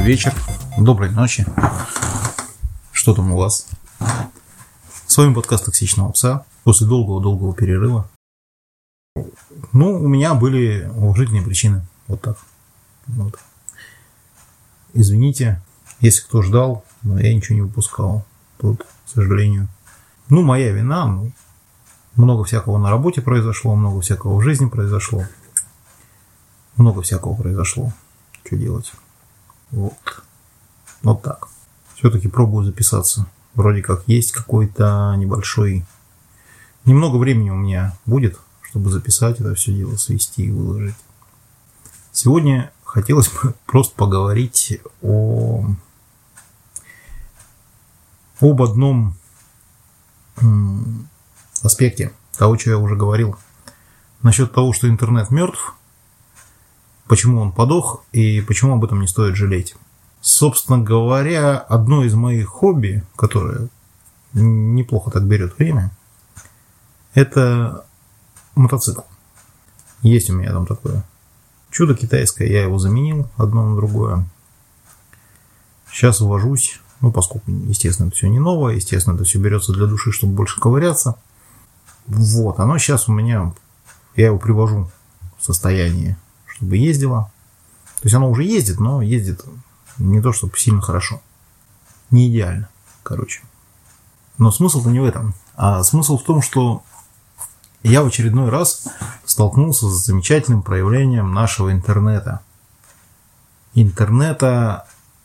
вечер, доброй ночи. Что там у вас? С вами подкаст «Токсичного пса» после долгого перерыва. У меня были уважительные причины. Вот так. Вот. Извините, если кто ждал, но я ничего не выпускал. Тут, к сожалению. Моя вина. Много всякого на работе произошло, много всякого в жизни произошло. Много всякого произошло. Что делать? Вот так. Все-таки пробую записаться. Вроде как есть какой-то небольшой... Немного времени у меня будет, чтобы записать это все дело, свести и выложить. Сегодня хотелось бы просто поговорить об одном аспекте того, что я уже говорил. Насчет того, что интернет мертв, почему он подох и почему об этом не стоит жалеть. Собственно говоря, одно из моих хобби, которое неплохо так берет время, это мотоцикл. Есть у меня там такое чудо китайское, я его заменил одно на другое. Сейчас вожусь, поскольку, естественно, это все не новое, естественно, это все берется для души, чтобы больше ковыряться. Оно сейчас у меня, я его привожу в состояние, чтобы ездило. То есть оно уже ездит, но ездит не то, чтобы сильно хорошо. Не идеально, короче. Но смысл-то не в этом. А смысл в том, что я в очередной раз столкнулся с замечательным проявлением нашего интернета. Интернета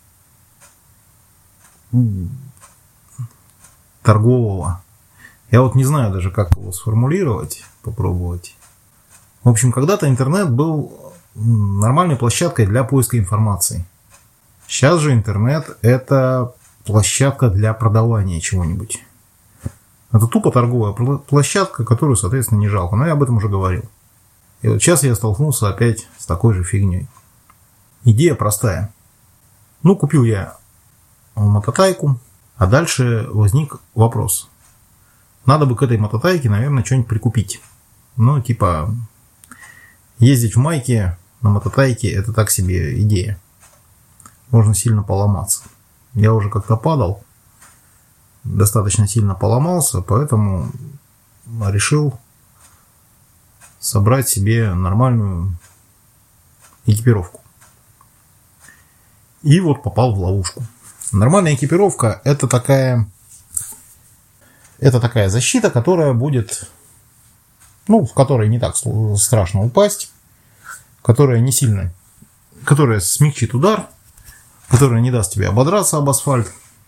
торгового. Я не знаю даже, как его сформулировать, попробовать. В общем, когда-то интернет был нормальной площадкой для поиска информации. Сейчас же интернет – это площадка для продавания чего-нибудь. Это тупо торговая площадка, которую, соответственно, не жалко. Но я об этом уже говорил. И сейчас я столкнулся опять с такой же фигней. Идея простая. Купил я мототайку, а дальше возник вопрос. Надо бы к этой мототайке, наверное, что-нибудь прикупить. Ездить в майке на мототайке – это так себе идея. Можно сильно поломаться. Я уже как-то падал, достаточно сильно поломался, поэтому решил собрать себе нормальную экипировку. И попал в ловушку. Нормальная экипировка – это такая защита, которая будет, в которой не так страшно упасть, которая не сильно, которая смягчит удар, которая не даст тебе ободраться об асфальт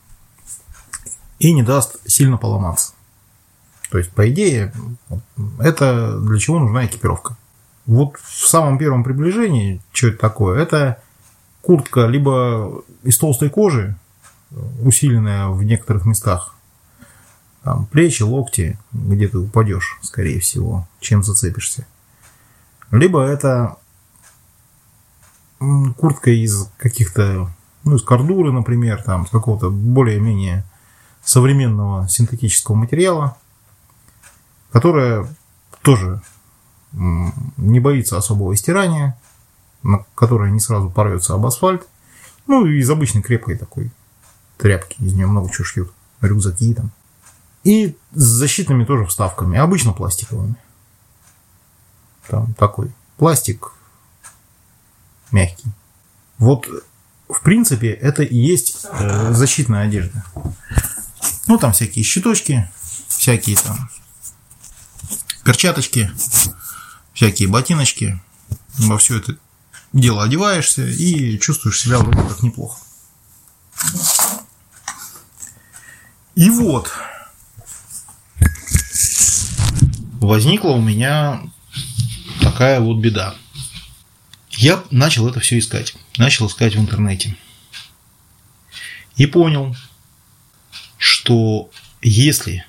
и не даст сильно поломаться. То есть, по идее, это для чего нужна экипировка. В самом первом приближении, что это такое? Это куртка либо из толстой кожи, усиленная в некоторых местах, там плечи, локти, где ты упадешь, скорее всего, чем зацепишься. Либо это куртка из каких-то, из кордуры, например, там, с какого-то более-менее современного синтетического материала, которая тоже не боится особого стирания, которая не сразу порвется об асфальт, из обычной крепкой такой тряпки, из нее много чего шьют, рюкзаки там. И с защитными тоже вставками, обычно пластиковыми. Там такой пластик мягкий. В принципе, это и есть защитная одежда. Там всякие щиточки, всякие там перчаточки, всякие ботиночки. Во все это дело одеваешься и чувствуешь себя вроде как неплохо. И возникла у меня такая беда. Я начал это все искать. Начал искать в интернете. И понял, что если,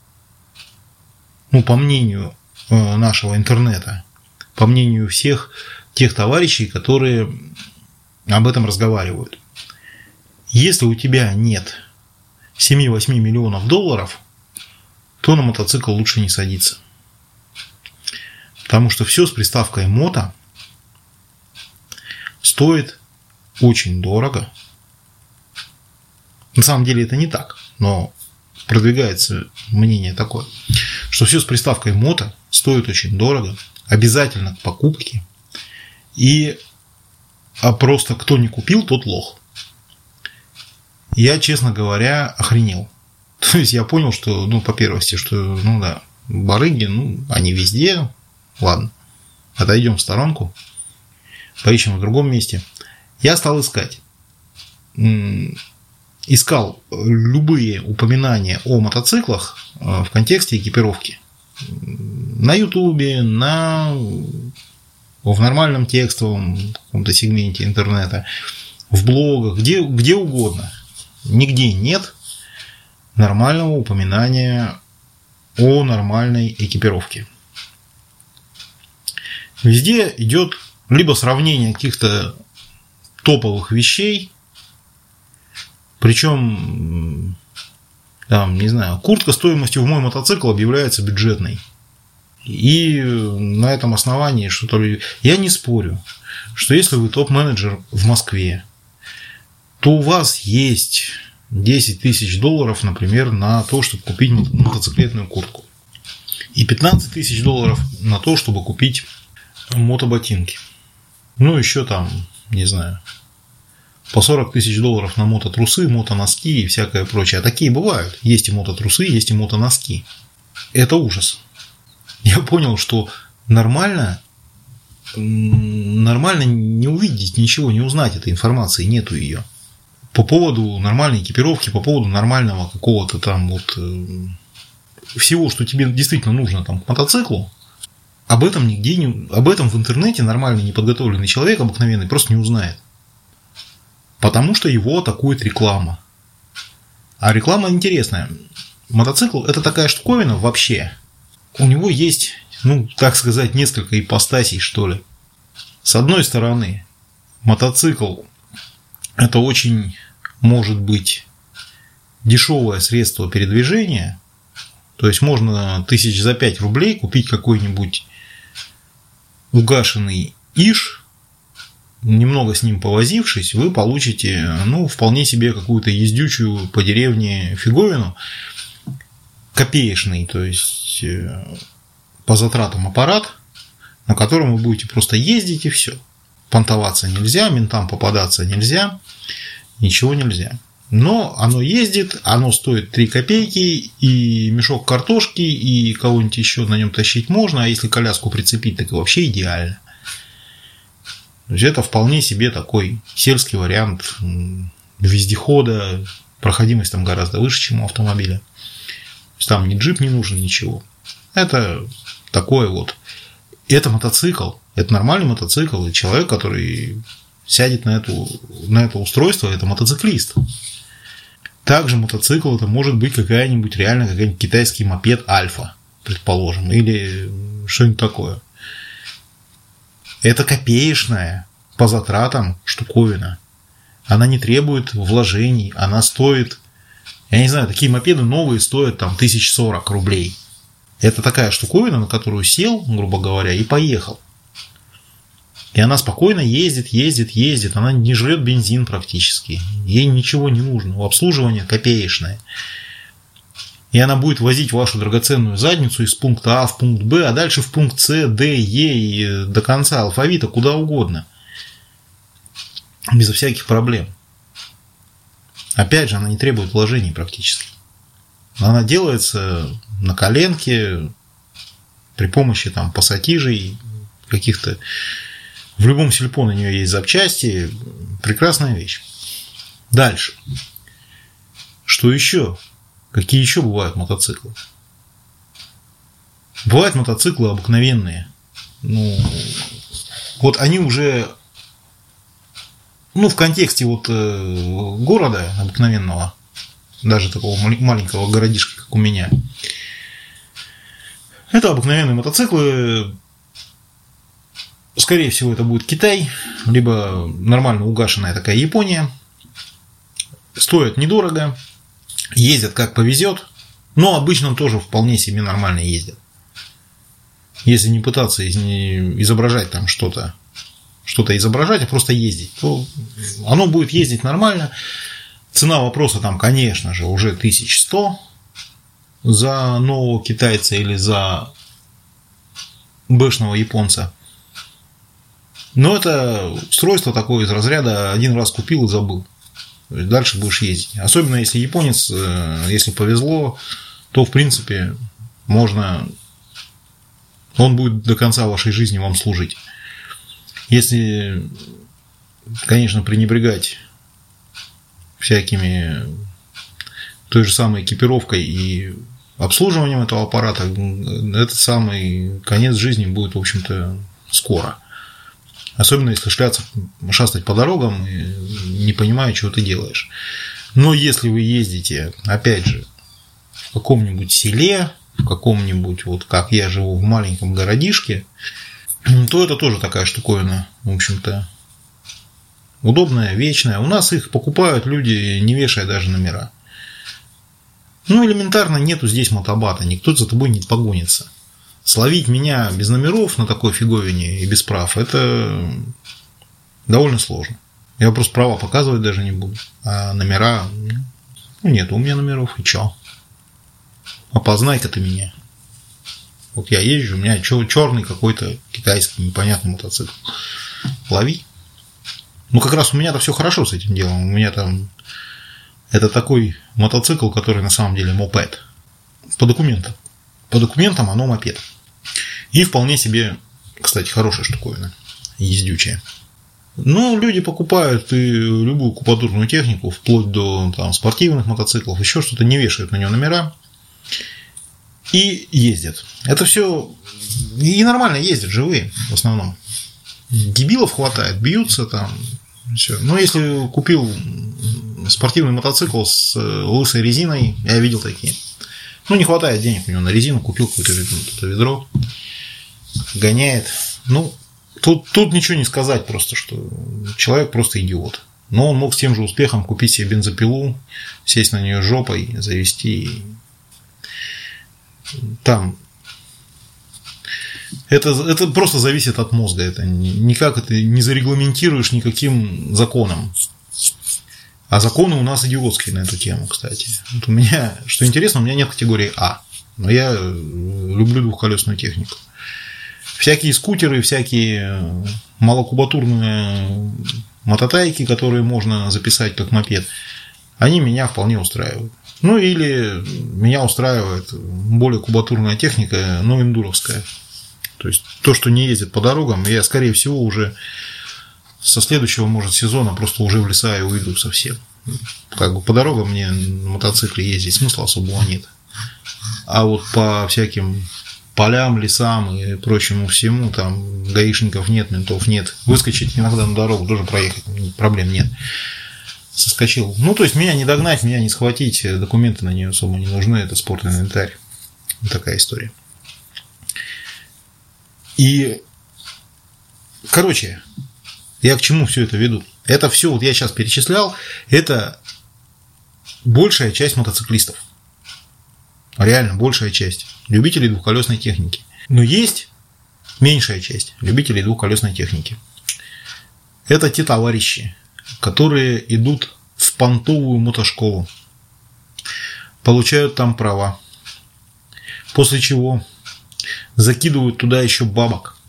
по мнению нашего интернета, по мнению всех тех товарищей, которые об этом разговаривают, если у тебя нет 7-8 миллионов долларов, то на мотоцикл лучше не садиться. Потому что все с приставкой «мото» стоит очень дорого На самом деле это не так, но продвигается мнение такое, что все с приставкой мото стоит очень дорого, обязательно к покупке, а просто кто не купил, тот лох. Я, честно говоря, охренел. То есть я понял, что, по первости, что, барыги, они везде. Ладно, отойдем в сторонку, поищем в другом месте. Я стал искать. Искал любые упоминания о мотоциклах в контексте экипировки. На Ютубе, в нормальном текстовом каком-то сегменте интернета, в блогах, где угодно. Нигде нет нормального упоминания о нормальной экипировке. Везде идет либо сравнение каких-то топовых вещей, причем, куртка стоимостью в мой мотоцикл объявляется бюджетной. И на этом основании что-то... Я не спорю, что если вы топ-менеджер в Москве, то у вас есть $10 тысяч, например, на то, чтобы купить мотоциклетную куртку. И $15 тысяч на то, чтобы купить мотоботинки. Еще по $40 тысяч на мототрусы, мотоноски и всякое прочее. А такие бывают. Есть и мототрусы, есть и мотоноски. Это ужас. Я понял, что нормально не увидеть ничего, не узнать этой информации, нету ее. По поводу нормальной экипировки, по поводу нормального какого-то всего, что тебе действительно нужно к мотоциклу, об этом в интернете нормальный неподготовленный человек, обыкновенный, просто не узнает. Потому что его атакует реклама. А реклама интересная. Мотоцикл – это такая штуковина вообще. У него есть, так сказать, несколько ипостасей, что ли. С одной стороны, мотоцикл – это очень, может быть, дешевое средство передвижения. То есть можно за 5 рублей купить какой-нибудь угашенный иш. Немного с ним повозившись, вы получите, вполне себе какую-то ездючую по деревне фиговину, копеечный, то есть по затратам аппарат, на котором вы будете просто ездить и все. Понтоваться нельзя, ментам попадаться нельзя, ничего нельзя. Но оно ездит, оно стоит 3 копейки, и мешок картошки, и кого-нибудь еще на нем тащить можно, а если коляску прицепить, так и вообще идеально. То есть это вполне себе такой сельский вариант вездехода, проходимость там гораздо выше, чем у автомобиля. То есть там ни джип не нужен, ничего. Это такое вот. Это мотоцикл, это нормальный мотоцикл, и человек, который сядет на это устройство, это мотоциклист. Также мотоцикл это может быть какой-нибудь китайский мопед Альфа, предположим, или что-нибудь такое. Это копеечная по затратам штуковина. Она не требует вложений. Она стоит, я не знаю, такие мопеды новые стоят 1040 рублей. Это такая штуковина, на которую сел, грубо говоря, и поехал. И она спокойно ездит. Она не жрет бензин практически. Ей ничего не нужно. Обслуживание копеечное. И она будет возить вашу драгоценную задницу из пункта А в пункт Б, а дальше в пункт С, Д, Е и до конца алфавита, куда угодно. Безо всяких проблем. Опять же, она не требует вложений практически. Она делается на коленке при помощи пассатижей каких-то. В любом сельпо на нее есть запчасти. Прекрасная вещь. Дальше. Что еще? Какие еще бывают мотоциклы? Бывают мотоциклы обыкновенные. Вот они уже, в контексте города обыкновенного, даже такого маленького городишка, как у меня, это обыкновенные мотоциклы. Скорее всего, это будет Китай, либо нормально угашенная такая Япония. Стоят недорого. Ездят как повезет, но обычно тоже вполне себе нормально ездят. Если не пытаться изображать что-то изображать, а просто ездить, то оно будет ездить нормально. Цена вопроса там, конечно же, уже 1100 за нового китайца или за бэшного японца. Но это устройство такое из разряда один раз купил и забыл. Дальше будешь ездить. Особенно если японец, если повезло, то в принципе можно, он будет до конца вашей жизни вам служить. Если, конечно, пренебрегать всякими той же самой экипировкой и обслуживанием этого аппарата, этот самый конец жизни будет, в общем-то, скоро. Особенно если шастать по дорогам и не понимая, что ты делаешь. Но если вы ездите, опять же, в каком-нибудь селе, в каком-нибудь, вот как я живу, в маленьком городишке, то это тоже такая штуковина, в общем-то, удобная, вечная. У нас их покупают люди, не вешая даже номера. Ну, элементарно нету здесь мотобата, никто за тобой не погонится. Словить меня без номеров на такой фиговине и без прав, это довольно сложно. Я просто права показывать даже не буду. А номера, ну, нет у меня номеров, и чё? Опознай-ка ты меня. Вот я езжу, у меня черный какой-то китайский непонятный мотоцикл. Лови. Ну, как раз у меня-то все хорошо с этим делом. У меня там это такой мотоцикл, который на самом деле мопед. По документам. По документам оно мопед. И вполне себе, кстати, хорошая штуковина. Ездючая. Ну, люди покупают и любую кубатурную технику, вплоть до там, спортивных мотоциклов, еще что-то, не вешают на него номера. И ездят. Это все и нормально ездят, живые в основном. Дебилов хватает, бьются там. Все. Но если купил спортивный мотоцикл с лысой резиной, я видел такие. Ну, не хватает денег у него на резину, купил какое-то ведро, гоняет. Ну, тут ничего не сказать просто, что человек просто идиот. Но он мог с тем же успехом купить себе бензопилу, сесть на нее жопой, завести. Там это просто зависит от мозга. Это никак это не зарегламентируешь никаким законом. А законы у нас идиотские на эту тему, кстати. Вот у меня, что интересно, у меня нет категории А. Но я люблю двухколесную технику. Всякие скутеры, всякие малокубатурные мототайки, которые можно записать как мопед, они меня вполне устраивают. Ну или меня устраивает более кубатурная техника, но эндуровская. То есть то, что не ездит по дорогам, я, скорее всего, уже со следующего, может, сезона просто уже в леса и уйду совсем. Как бы по дорогам мне на мотоцикле ездить смысла особого нет. А вот по всяким полям, лесам и прочему всему, там гаишников нет, ментов нет. Выскочить иногда на дорогу, тоже проехать, проблем нет. Соскочил. Ну, то есть меня не догнать, меня не схватить, документы на нее особо не нужны, это спорт-инвентарь. Вот такая история. И, короче, я к чему все это веду? Это все, вот я сейчас перечислял, это большая часть мотоциклистов. Реально, большая часть любителей двухколесной техники. Но есть меньшая часть любителей двухколесной техники. Это те товарищи, которые идут в понтовую мотошколу, получают там права, после чего закидывают туда еще бабок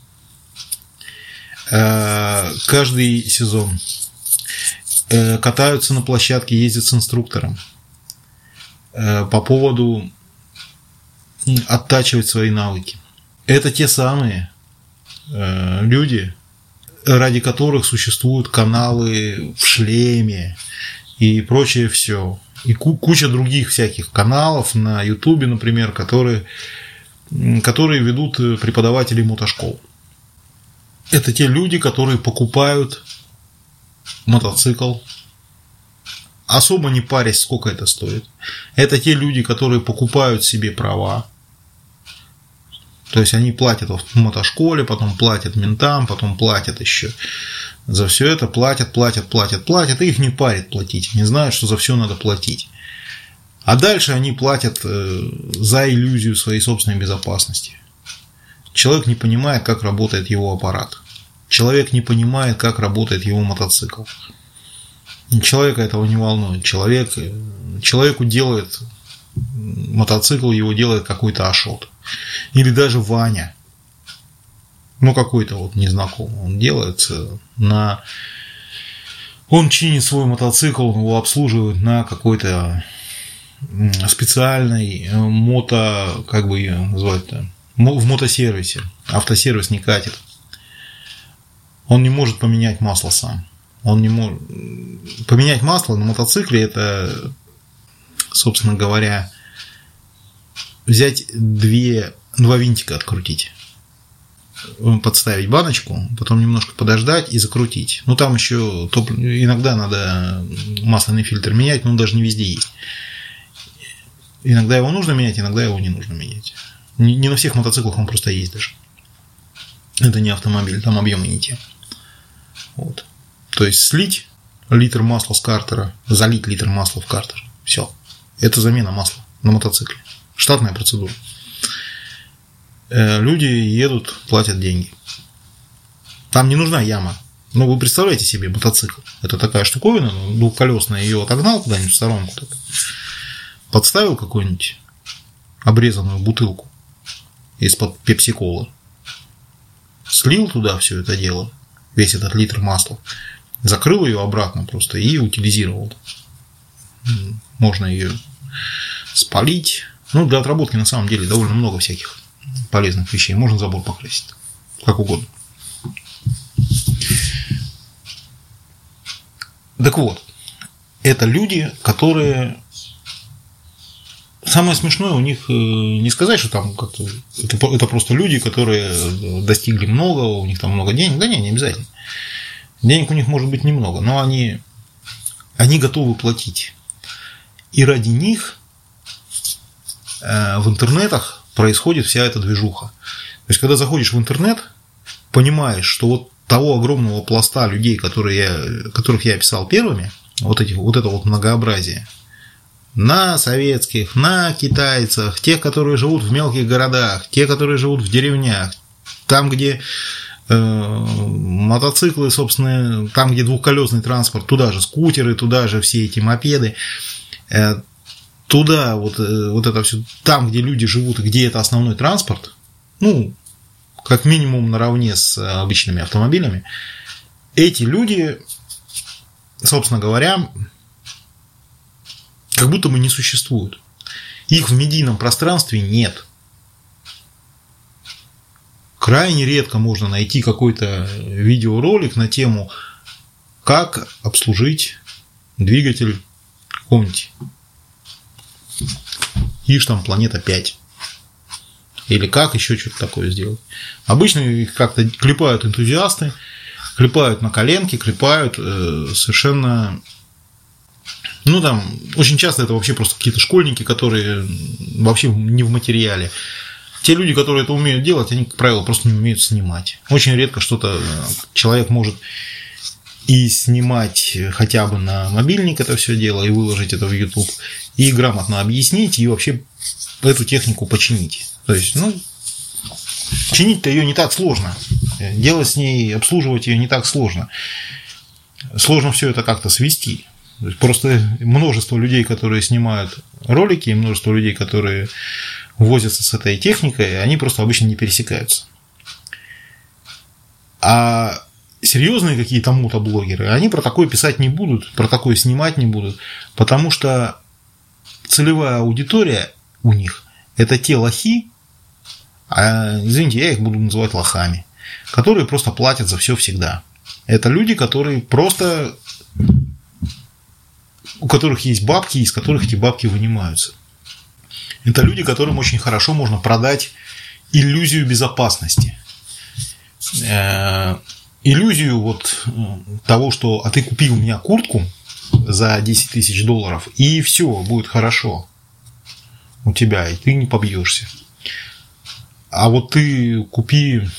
каждый сезон, катаются на площадке, ездят с инструктором по поводу оттачивать свои навыки. Это те самые люди, ради которых существуют каналы в шлеме и прочее все. И куча других всяких каналов на Ютубе, например, которые ведут преподаватели мотошкол. Это те люди, которые покупают мотоцикл, особо не парясь, сколько это стоит. Это те люди, которые покупают себе права. То есть они платят в мотошколе, потом платят ментам, потом платят еще. За все это платят, и их не парит платить. Не знают, что за все надо платить. А дальше они платят за иллюзию своей собственной безопасности. Человек не понимает, как работает его аппарат. Человек не понимает, как работает его мотоцикл. Человека этого не волнует. Человеку делает мотоцикл, его делает какой-то Ашот. Или даже Ваня. Ну, какой-то вот незнакомый. Он делается на... Он чинит свой мотоцикл, его обслуживают на какой-то специальной как бы ее назвать-то, в мотосервисе. Автосервис не катит. Он не может поменять масло сам. Он не может... Поменять масло на мотоцикле — это, собственно говоря, взять два винтика открутить. Подставить баночку, потом немножко подождать и закрутить. Ну, там еще иногда надо масляный фильтр менять, но он даже не везде есть. Иногда его нужно менять, иногда его не нужно менять. Не на всех мотоциклах он просто есть даже. Это не автомобиль, там объемы не те. Вот. То есть слить литр масла с картера, залить литр масла в картер. Все. Это замена масла на мотоцикле. Штатная процедура. Люди едут, платят деньги. Там не нужна яма. Ну, вы представляете себе мотоцикл. Это такая штуковина, двухколесная, ее отогнал куда-нибудь в сторонку, так, подставил какую-нибудь обрезанную бутылку из-под пепси-колы, слил туда все это дело, весь этот литр масла, закрыл ее обратно просто и утилизировал. Можно ее спалить. Ну, для отработки на самом деле довольно много всяких полезных вещей. Можно забор покрасить. Как угодно. Так вот, это люди, которые... Самое смешное у них, не сказать, что там как-то... Это просто люди, которые достигли много, у них там много денег. Да не обязательно. Денег у них может быть немного, но они готовы платить. И ради них в интернетах происходит вся эта движуха. То есть, когда заходишь в интернет, понимаешь, что вот того огромного пласта людей, которых я описал первыми, вот это вот многообразие, на советских, на китайцах, тех, которые живут в мелких городах, те, которые живут в деревнях, там, где мотоциклы, собственно, там, где двухколесный транспорт, туда же скутеры, туда же все эти мопеды, туда вот это все, там, где люди живут и где это основной транспорт, ну, как минимум наравне с обычными автомобилями, эти люди, собственно говоря, как будто бы не существуют. Их в медийном пространстве нет. Крайне редко можно найти какой-то видеоролик на тему, как обслужить двигатель какого-нибудь ишь там Планета 5. Или как еще что-то такое сделать. Обычно их как-то клепают энтузиасты, клепают на коленке, клепают совершенно... Ну, там, очень часто это вообще просто какие-то школьники, которые вообще не в материале. Те люди, которые это умеют делать, они, как правило, просто не умеют снимать. Очень редко что-то человек может и снимать хотя бы на мобильник это все дело, и выложить это в YouTube, и грамотно объяснить, и вообще эту технику починить. То есть, ну, чинить-то ее не так сложно. Делать с ней, обслуживать ее не так сложно. Сложно все это как-то свести. Просто множество людей, которые снимают ролики, и множество людей, которые возятся с этой техникой, они просто обычно не пересекаются. А серьезные какие-то мотоблогеры, они про такое писать не будут, про такое снимать не будут, потому что целевая аудитория у них – это те лохи, извините, я их буду называть лохами, которые просто платят за все всегда. Это люди, которые просто... у которых есть бабки, из которых эти бабки вынимаются. Это люди, которым очень хорошо можно продать иллюзию безопасности. Иллюзию вот того, что «а ты купи у меня куртку за 10 тысяч долларов, и все, будет хорошо у тебя, и ты не побьешься. А вот ты купи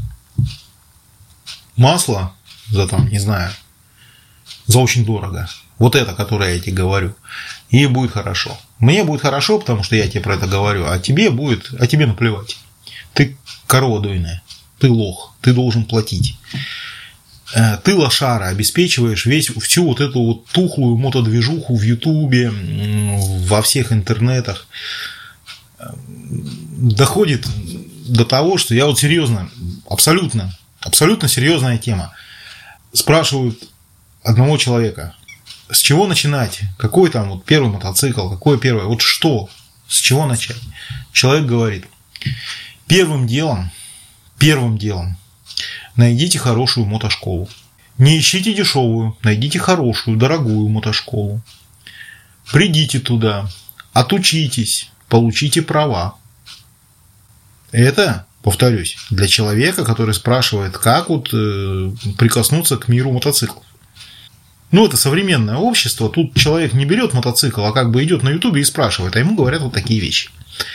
масло за там, не знаю, за очень дорого. Вот это, которое я тебе говорю. И будет хорошо. Мне будет хорошо, потому что я тебе про это говорю, а тебе наплевать. Ты корова дойная, ты лох, ты должен платить. ты, лошара, обеспечиваешь всю вот эту вот тухлую мотодвижуху в Ютубе, во всех интернетах. Доходит до того, что я вот серьезно, абсолютно серьезная тема. Спрашивают одного человека, с чего начинать, какой там вот первый мотоцикл, какое первое, вот что, с чего начать. Человек говорит, первым делом найдите хорошую мотошколу. Не ищите дешевую, найдите хорошую, дорогую мотошколу. Придите туда, отучитесь, получите права. Это, повторюсь, для человека, который спрашивает, как вот прикоснуться к миру мотоциклов. Ну, это современное общество. Тут человек не берет мотоцикл, а как бы идет на Ютубе и спрашивает, а ему говорят вот такие вещи.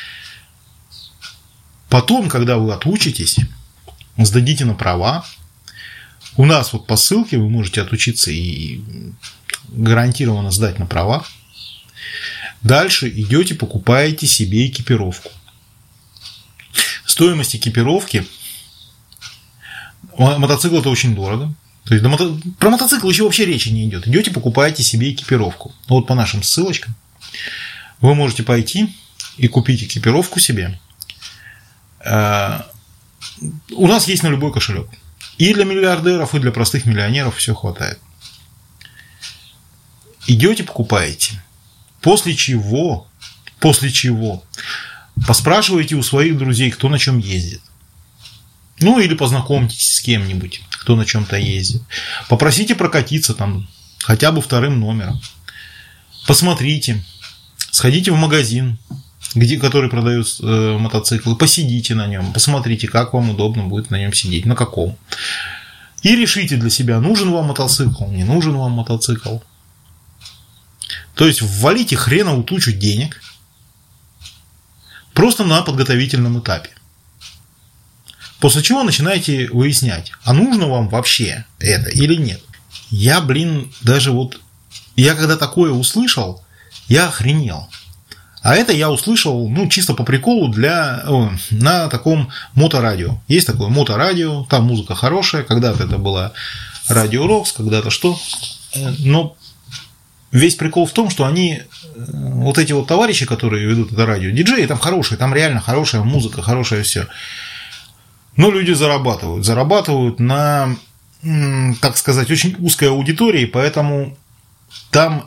Потом, когда вы отучитесь, сдадите на права. У нас вот по ссылке вы можете отучиться и гарантированно сдать на права. Дальше идете, покупаете себе экипировку. Стоимость экипировки. Мотоцикл это очень дорого. То есть про мотоцикл еще вообще речи не идет. Идете, покупаете себе экипировку. Вот по нашим ссылочкам вы можете пойти и купить экипировку себе. У нас есть на любой кошелек. И для миллиардеров, и для простых миллионеров все хватает. Идете, покупаете. После чего поспрашиваете у своих друзей, кто на чем ездит. Ну, или познакомьтесь с кем-нибудь, кто на чем-то ездит. Попросите прокатиться там хотя бы вторым номером. Посмотрите. Сходите в магазин, который продает мотоциклы. Посидите на нем. Посмотрите, как вам удобно будет на нем сидеть. На каком. И решите для себя, нужен вам мотоцикл, не нужен вам мотоцикл. То есть ввалите хренову тучу денег просто на подготовительном этапе. После чего начинаете выяснять, а нужно вам вообще это или нет. Я когда такое услышал, я охренел. А это я услышал, чисто по приколу на таком моторадио. Есть такое моторадио, там музыка хорошая, когда-то это была Радио Рокс, когда-то что. Но весь прикол в том, что они, вот эти вот товарищи, которые ведут это радио, диджеи там хорошие, там реально хорошая музыка, хорошее все. Но люди зарабатывают на, так сказать, очень узкой аудитории, поэтому там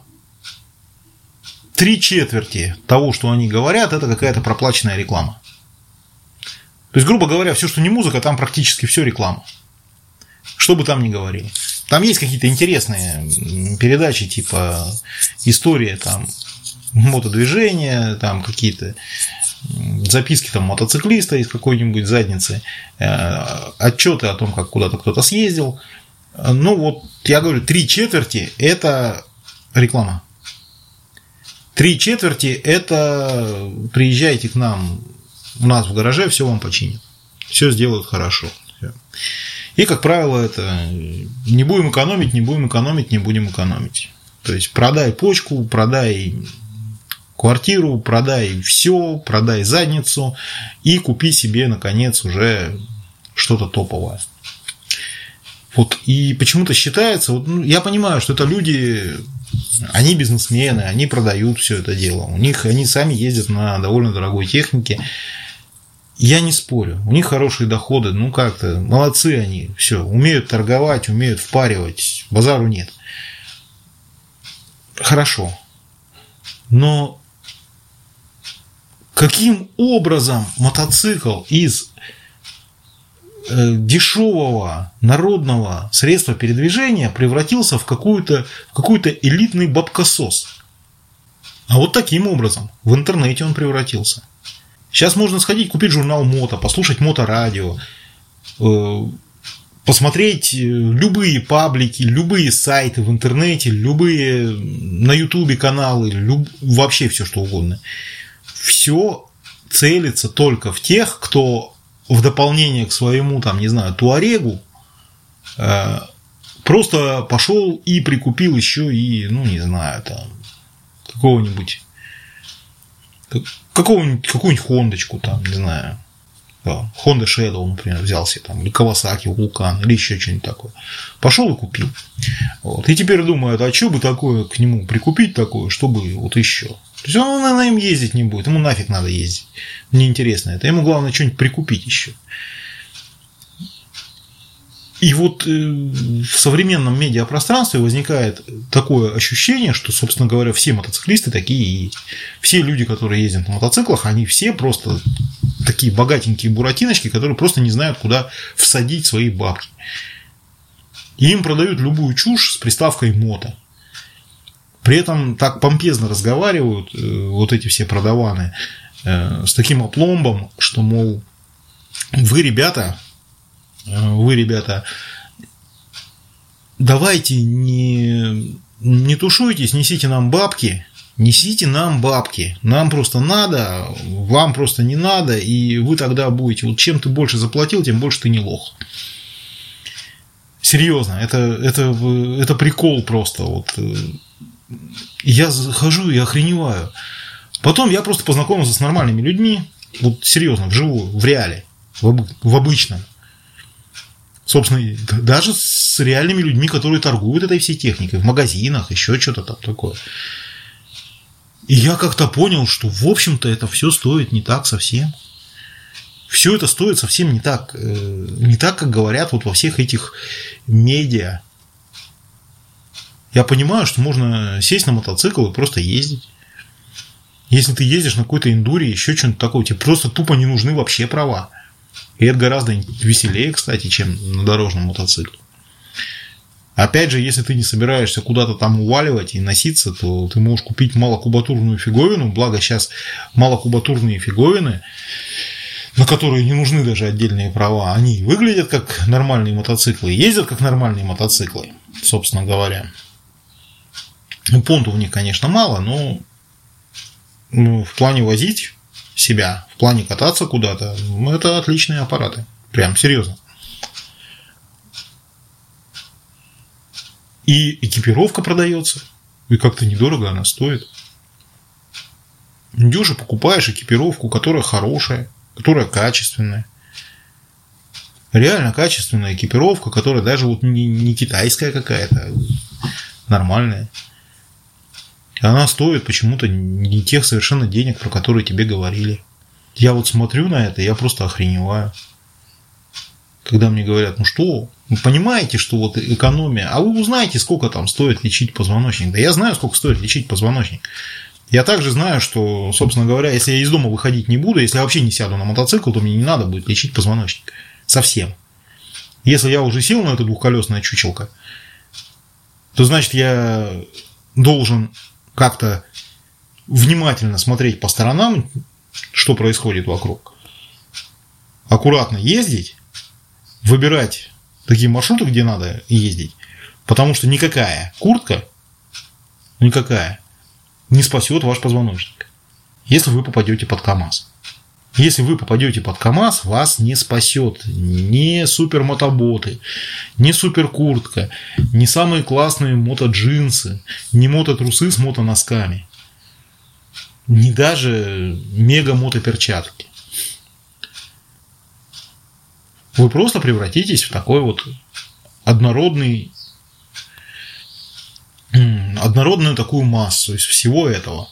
3/4 того, что они говорят, это какая-то проплаченная реклама. То есть, грубо говоря, все, что не музыка, там практически все реклама. Что бы там ни говорили. Там есть какие-то интересные передачи, типа история там мотодвижения, там какие-то записки там мотоциклиста из какой-нибудь задницы, отчеты о том, как куда-то кто-то съездил. Я говорю, 3/4 это реклама. 3/4 это приезжайте к нам, у нас в гараже все вам починят. Все сделают хорошо. И, как правило, это не будем экономить. То есть продай почку, продай квартиру, продай все, продай задницу и купи себе, наконец, уже что-то топовое. И почему-то считается, я понимаю, что это люди, они бизнесмены, они продают все это дело. Они сами ездят на довольно дорогой технике. Я не спорю, у них хорошие доходы, как-то, молодцы они, все, умеют торговать, умеют впаривать, базару нет. Хорошо. Но каким образом мотоцикл из дешевого народного средства передвижения превратился в какой-то элитный бабкосос? А вот таким образом в интернете он превратился. Сейчас можно сходить, купить журнал Мото, послушать моторадио, посмотреть любые паблики, любые сайты в интернете, любые на Ютубе каналы, вообще все что угодно. Все целится только в тех, кто в дополнение к своему, Туарегу просто пошел и прикупил еще и, какую-нибудь Хондочку, Honda Shadow, например, взялся там, или Kawasaki Vulcan, или еще что-нибудь такое. Пошел и купил. Вот. И теперь думает, а что бы такое к нему прикупить такое, чтобы вот еще. То есть он на им ездить не будет, ему нафиг надо ездить. Мне интересно это. Ему главное что-нибудь прикупить еще. И вот в современном медиапространстве возникает такое ощущение, что, собственно говоря, все мотоциклисты такие и есть. Все люди, которые ездят на мотоциклах, они все просто такие богатенькие буратиночки, которые просто не знают, куда всадить свои бабки. И им продают любую чушь с приставкой «мото». При этом так помпезно разговаривают вот эти все продаваны с таким опломбом, что, мол, вы, ребята, давайте не тушуйтесь, несите нам бабки, нам просто надо, вам просто не надо, и вы тогда будете, вот чем ты больше заплатил, тем больше ты не лох. Серьезно, это прикол просто. Вот. Я захожу и охреневаю. Потом я просто познакомился с нормальными людьми, вот серьезно, вживую, в реале, в обычном. Собственно, даже с реальными людьми, которые торгуют этой всей техникой, в магазинах, еще что-то там такое. И я как-то понял, что, в общем-то, это все стоит не так совсем. Все это стоит совсем не так, как говорят вот во всех этих медиа. Я понимаю, что можно сесть на мотоцикл и просто ездить. Если ты ездишь на какой-то эндуре, еще что-нибудь такое, тебе просто тупо не нужны вообще права. И это гораздо веселее, кстати, чем на дорожном мотоцикле. Опять же, если ты не собираешься куда-то там уваливать и носиться, то ты можешь купить малокубатурную фиговину. Благо сейчас малокубатурные фиговины, на которые не нужны даже отдельные права, они выглядят как нормальные мотоциклы, ездят как нормальные мотоциклы, собственно говоря. Понту в них, конечно, мало, но в плане возить себя, в плане кататься куда-то, это отличные аппараты. Прям серьезно. И экипировка продается. И как-то недорого она стоит. Идешь и покупаешь экипировку, которая хорошая, которая качественная. Реально качественная экипировка, которая даже вот не китайская какая-то, нормальная. Она стоит почему-то не тех совершенно денег, про которые тебе говорили. Я вот смотрю на это, я просто охреневаю. Когда мне говорят, ну что, вы понимаете, что вот экономия, а вы узнаете, сколько там стоит лечить позвоночник. Да я знаю, сколько стоит лечить позвоночник. Я также знаю, что, собственно говоря, если я из дома выходить не буду, если я вообще не сяду на мотоцикл, то мне не надо будет лечить позвоночник. Совсем. Если я уже сел на это двухколесное чучелко, то значит я должен как-то внимательно смотреть по сторонам, что происходит вокруг. Аккуратно ездить, выбирать такие маршруты, где надо ездить, потому что никакая куртка, не спасет ваш позвоночник, если вы попадете под КамАЗ. Если вы попадете под КамАЗ, вас не спасет ни супермотоботы, ни суперкуртка, ни самые классные мотоджинсы, ни мототрусы с мотоносками, ни даже мега-мотоперчатки. Вы просто превратитесь в такой вот однородную такую массу из всего этого.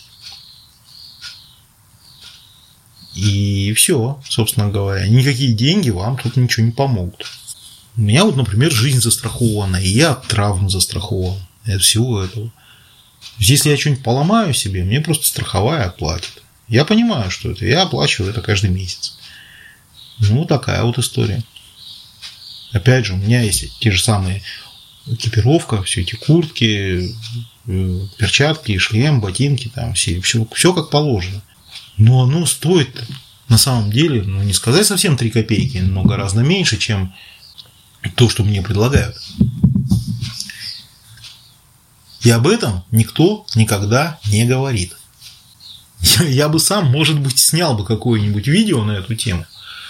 И все, собственно говоря. Никакие деньги вам тут ничего не помогут. У меня вот, например, жизнь застрахована, и я от травм застрахован. От всего этого. Если я что-нибудь поломаю себе, мне просто страховая оплатит. Я понимаю, что это. Я оплачиваю это каждый месяц. Ну, такая вот история. Опять же, у меня есть те же самые экипировка, все эти куртки, перчатки, шлем, ботинки, там все как положено. Но оно стоит, на самом деле, ну, не сказать совсем 3 копейки, но гораздо меньше, чем то, что мне предлагают. И об этом никто никогда не говорит. Я бы сам, может быть, снял бы какое-нибудь видео на эту тему,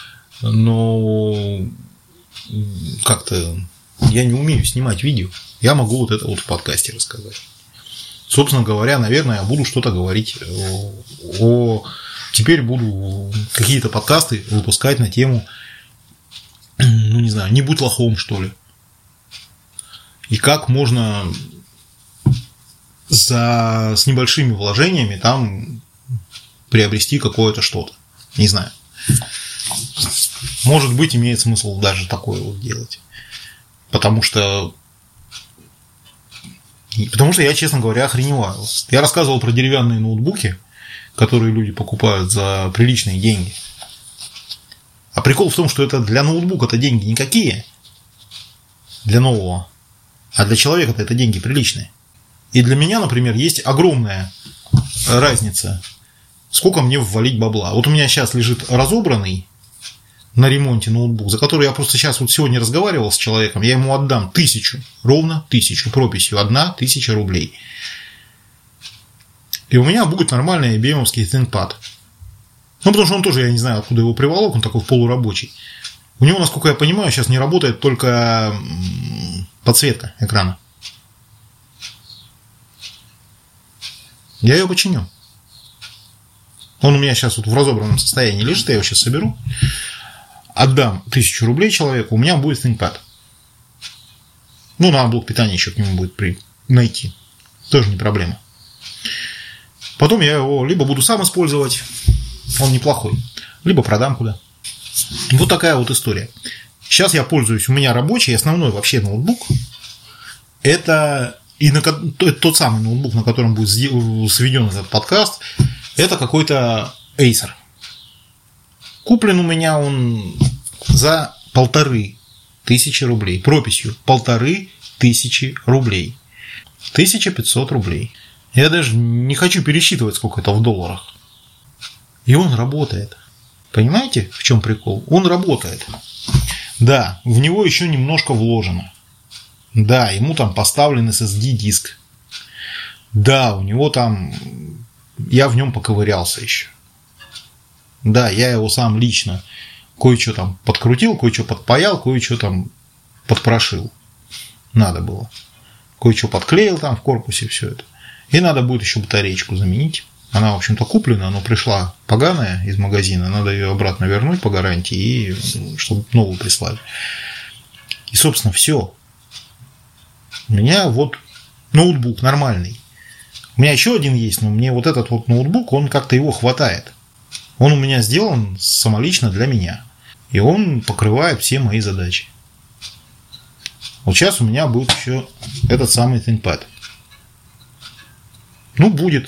но как-то я не умею снимать видео. Я могу вот это вот в подкасте рассказать. Собственно говоря, наверное, я буду что-то говорить о теперь буду какие-то подкасты выпускать на тему, ну, не знаю, не будь лохом, что ли. И как можно с небольшими вложениями там приобрести какое-то что-то. Не знаю. Может быть, имеет смысл даже такое вот делать. Потому что я, честно говоря, охреневаю. Я рассказывал про деревянные ноутбуки, которые люди покупают за приличные деньги. А прикол в том, что это для ноутбука-то деньги никакие. Для нового. А для человека-то это деньги приличные. И для меня, например, есть огромная разница, сколько мне ввалить бабла. Вот у меня сейчас лежит разобранный на ремонте ноутбук, за который я просто сейчас вот сегодня разговаривал с человеком, я ему отдам 1000, ровно 1000, прописью 1000 рублей. И у меня будет нормальный IBM-овский ThinkPad. Ну, потому что он тоже, я не знаю, откуда его приволок, он такой полурабочий. У него, насколько я понимаю, сейчас не работает только подсветка экрана. Я ее починю. Он у меня сейчас вот в разобранном состоянии лежит, я его сейчас соберу. Отдам 1000 рублей человеку, у меня будет ThinkPad. Ну, на блок питания еще к нему будет найти. Тоже не проблема. Потом я его либо буду сам использовать, он неплохой, либо продам куда. Вот такая вот история. Сейчас я пользуюсь, у меня рабочий, основной вообще ноутбук. Это тот самый ноутбук, на котором будет сведен этот подкаст. Это какой-то Acer. Куплен у меня он за 1500 рублей. Прописью 1500 рублей. 1500 рублей. Я даже не хочу пересчитывать, сколько это в долларах. И он работает. Понимаете, в чем прикол? Он работает. Да, в него еще немножко вложено. Да, ему там поставлен SSD-диск. Да, у него там... Я в нем поковырялся еще. Да, я его сам лично кое-что там подкрутил, кое-что подпаял, кое-что там подпрошил. Надо было. Кое-что подклеил там в корпусе, все это. И надо будет еще батареечку заменить. Она, в общем-то, куплена, но пришла поганая из магазина. Надо ее обратно вернуть по гарантии, и чтобы новую прислали. И, собственно, все. У меня вот ноутбук нормальный. У меня еще один есть, но мне вот этот вот ноутбук, он как-то его хватает. Он у меня сделан самолично для меня. И он покрывает все мои задачи. Вот сейчас у меня будет еще этот самый ThinkPad. Ну, будет.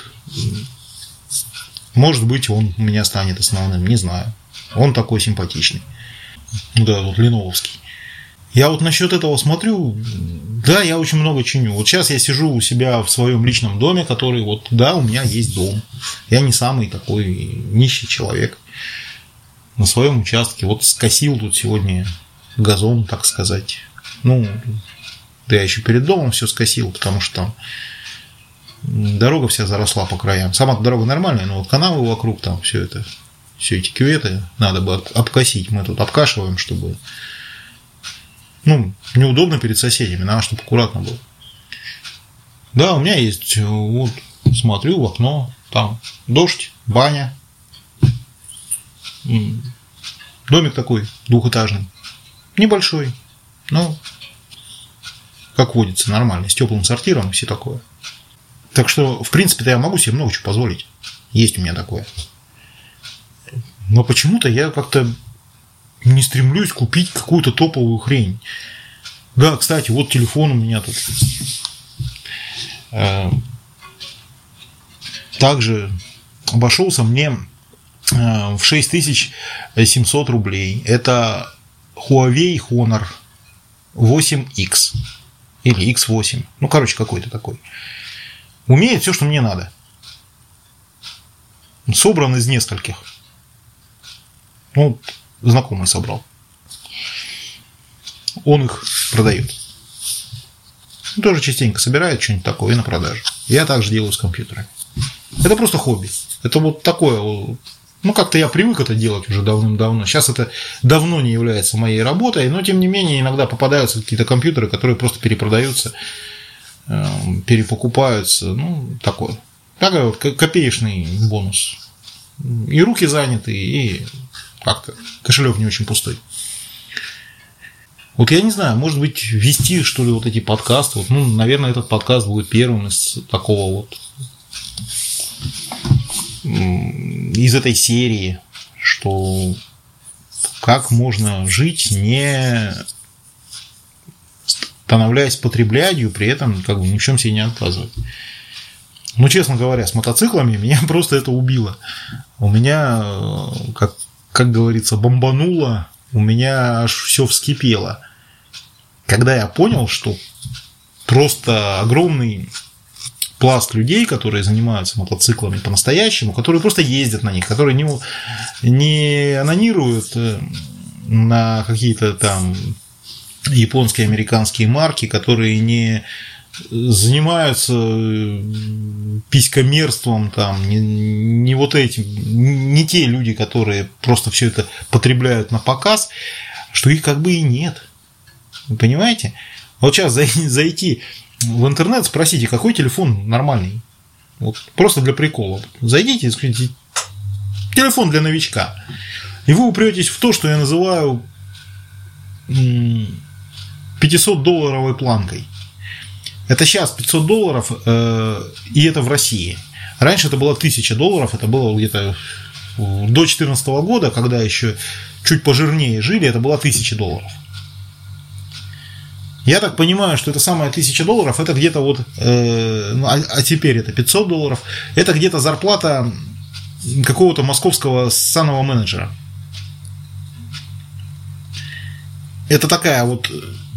Может быть, он у меня станет основным, не знаю. Он такой симпатичный. Да, вот леновский. Я вот насчет этого смотрю, да, я очень много чиню. Вот сейчас я сижу у себя в своем личном доме, который вот, да, у меня есть дом. Я не самый такой нищий человек. На своем участке. Вот скосил тут сегодня газон, так сказать. Ну, да я еще перед домом все скосил, потому что там дорога вся заросла по краям. Сама дорога нормальная, но вот канавы вокруг там все это, все эти кюветы надо бы обкосить. Мы тут обкашиваем, чтобы... Ну, неудобно перед соседями, надо, чтобы аккуратно было. Да, у меня есть, вот, смотрю в окно, там дождь, баня. Домик такой двухэтажный, небольшой, но, как водится, нормальный, с теплым сортиром и все такое. Так что, в принципе-то я могу себе много чего позволить. Есть у меня такое. Но почему-то я как-то не стремлюсь купить какую-то топовую хрень. Да, кстати, вот телефон у меня тут. Также обошелся мне в 6700 рублей. Это Huawei Honor 8X. Или X8. Ну, короче, какой-то такой. Умеет все, что мне надо. Собран из нескольких. Ну, знакомый собрал. Он их продает. Тоже частенько собирает что-нибудь такое и на продажу. Я также делаю с компьютерами. Это просто хобби. Это вот такое. Ну, как-то я привык это делать уже давным-давно. Сейчас это давно не является моей работой, но, тем не менее, иногда попадаются какие-то компьютеры, которые просто перепродаются, перепокупаются. Ну, такой вот копеечный бонус. и руки заняты, и как-то кошелек не очень пустой. Вот я не знаю, может быть, вести, что ли, вот эти подкасты. Вот, наверное, этот подкаст будет первым из такого вот, из этой серии, что как можно жить, не становляясь потребляющим, при этом как бы ни в чем себе не отказывать. Ну, честно говоря, с мотоциклами меня просто это убило. У меня, как говорится, бомбануло, у меня аж все вскипело. Когда я понял, что просто огромный пласт людей, которые занимаются мотоциклами по-настоящему, которые просто ездят на них, которые не анонируют на какие-то там японские, американские марки, которые не занимаются писькомерством, там, не вот этим, не те люди, которые просто все это потребляют на показ, что их как бы и нет. Вы понимаете? Вот сейчас зайти в интернет, спросите, какой телефон нормальный. Вот просто для прикола. Зайдите и скажите, телефон для новичка. И вы упретесь в то, что я называю $500 планкой. Это сейчас $500, и это в России. Раньше это было $1000, это было где-то до 2014 года, когда еще чуть пожирнее жили, это было $1000. Я так понимаю, что это самое $1000, это где-то вот, а теперь это $500, это где-то зарплата какого-то московского ссаного менеджера. Это такая вот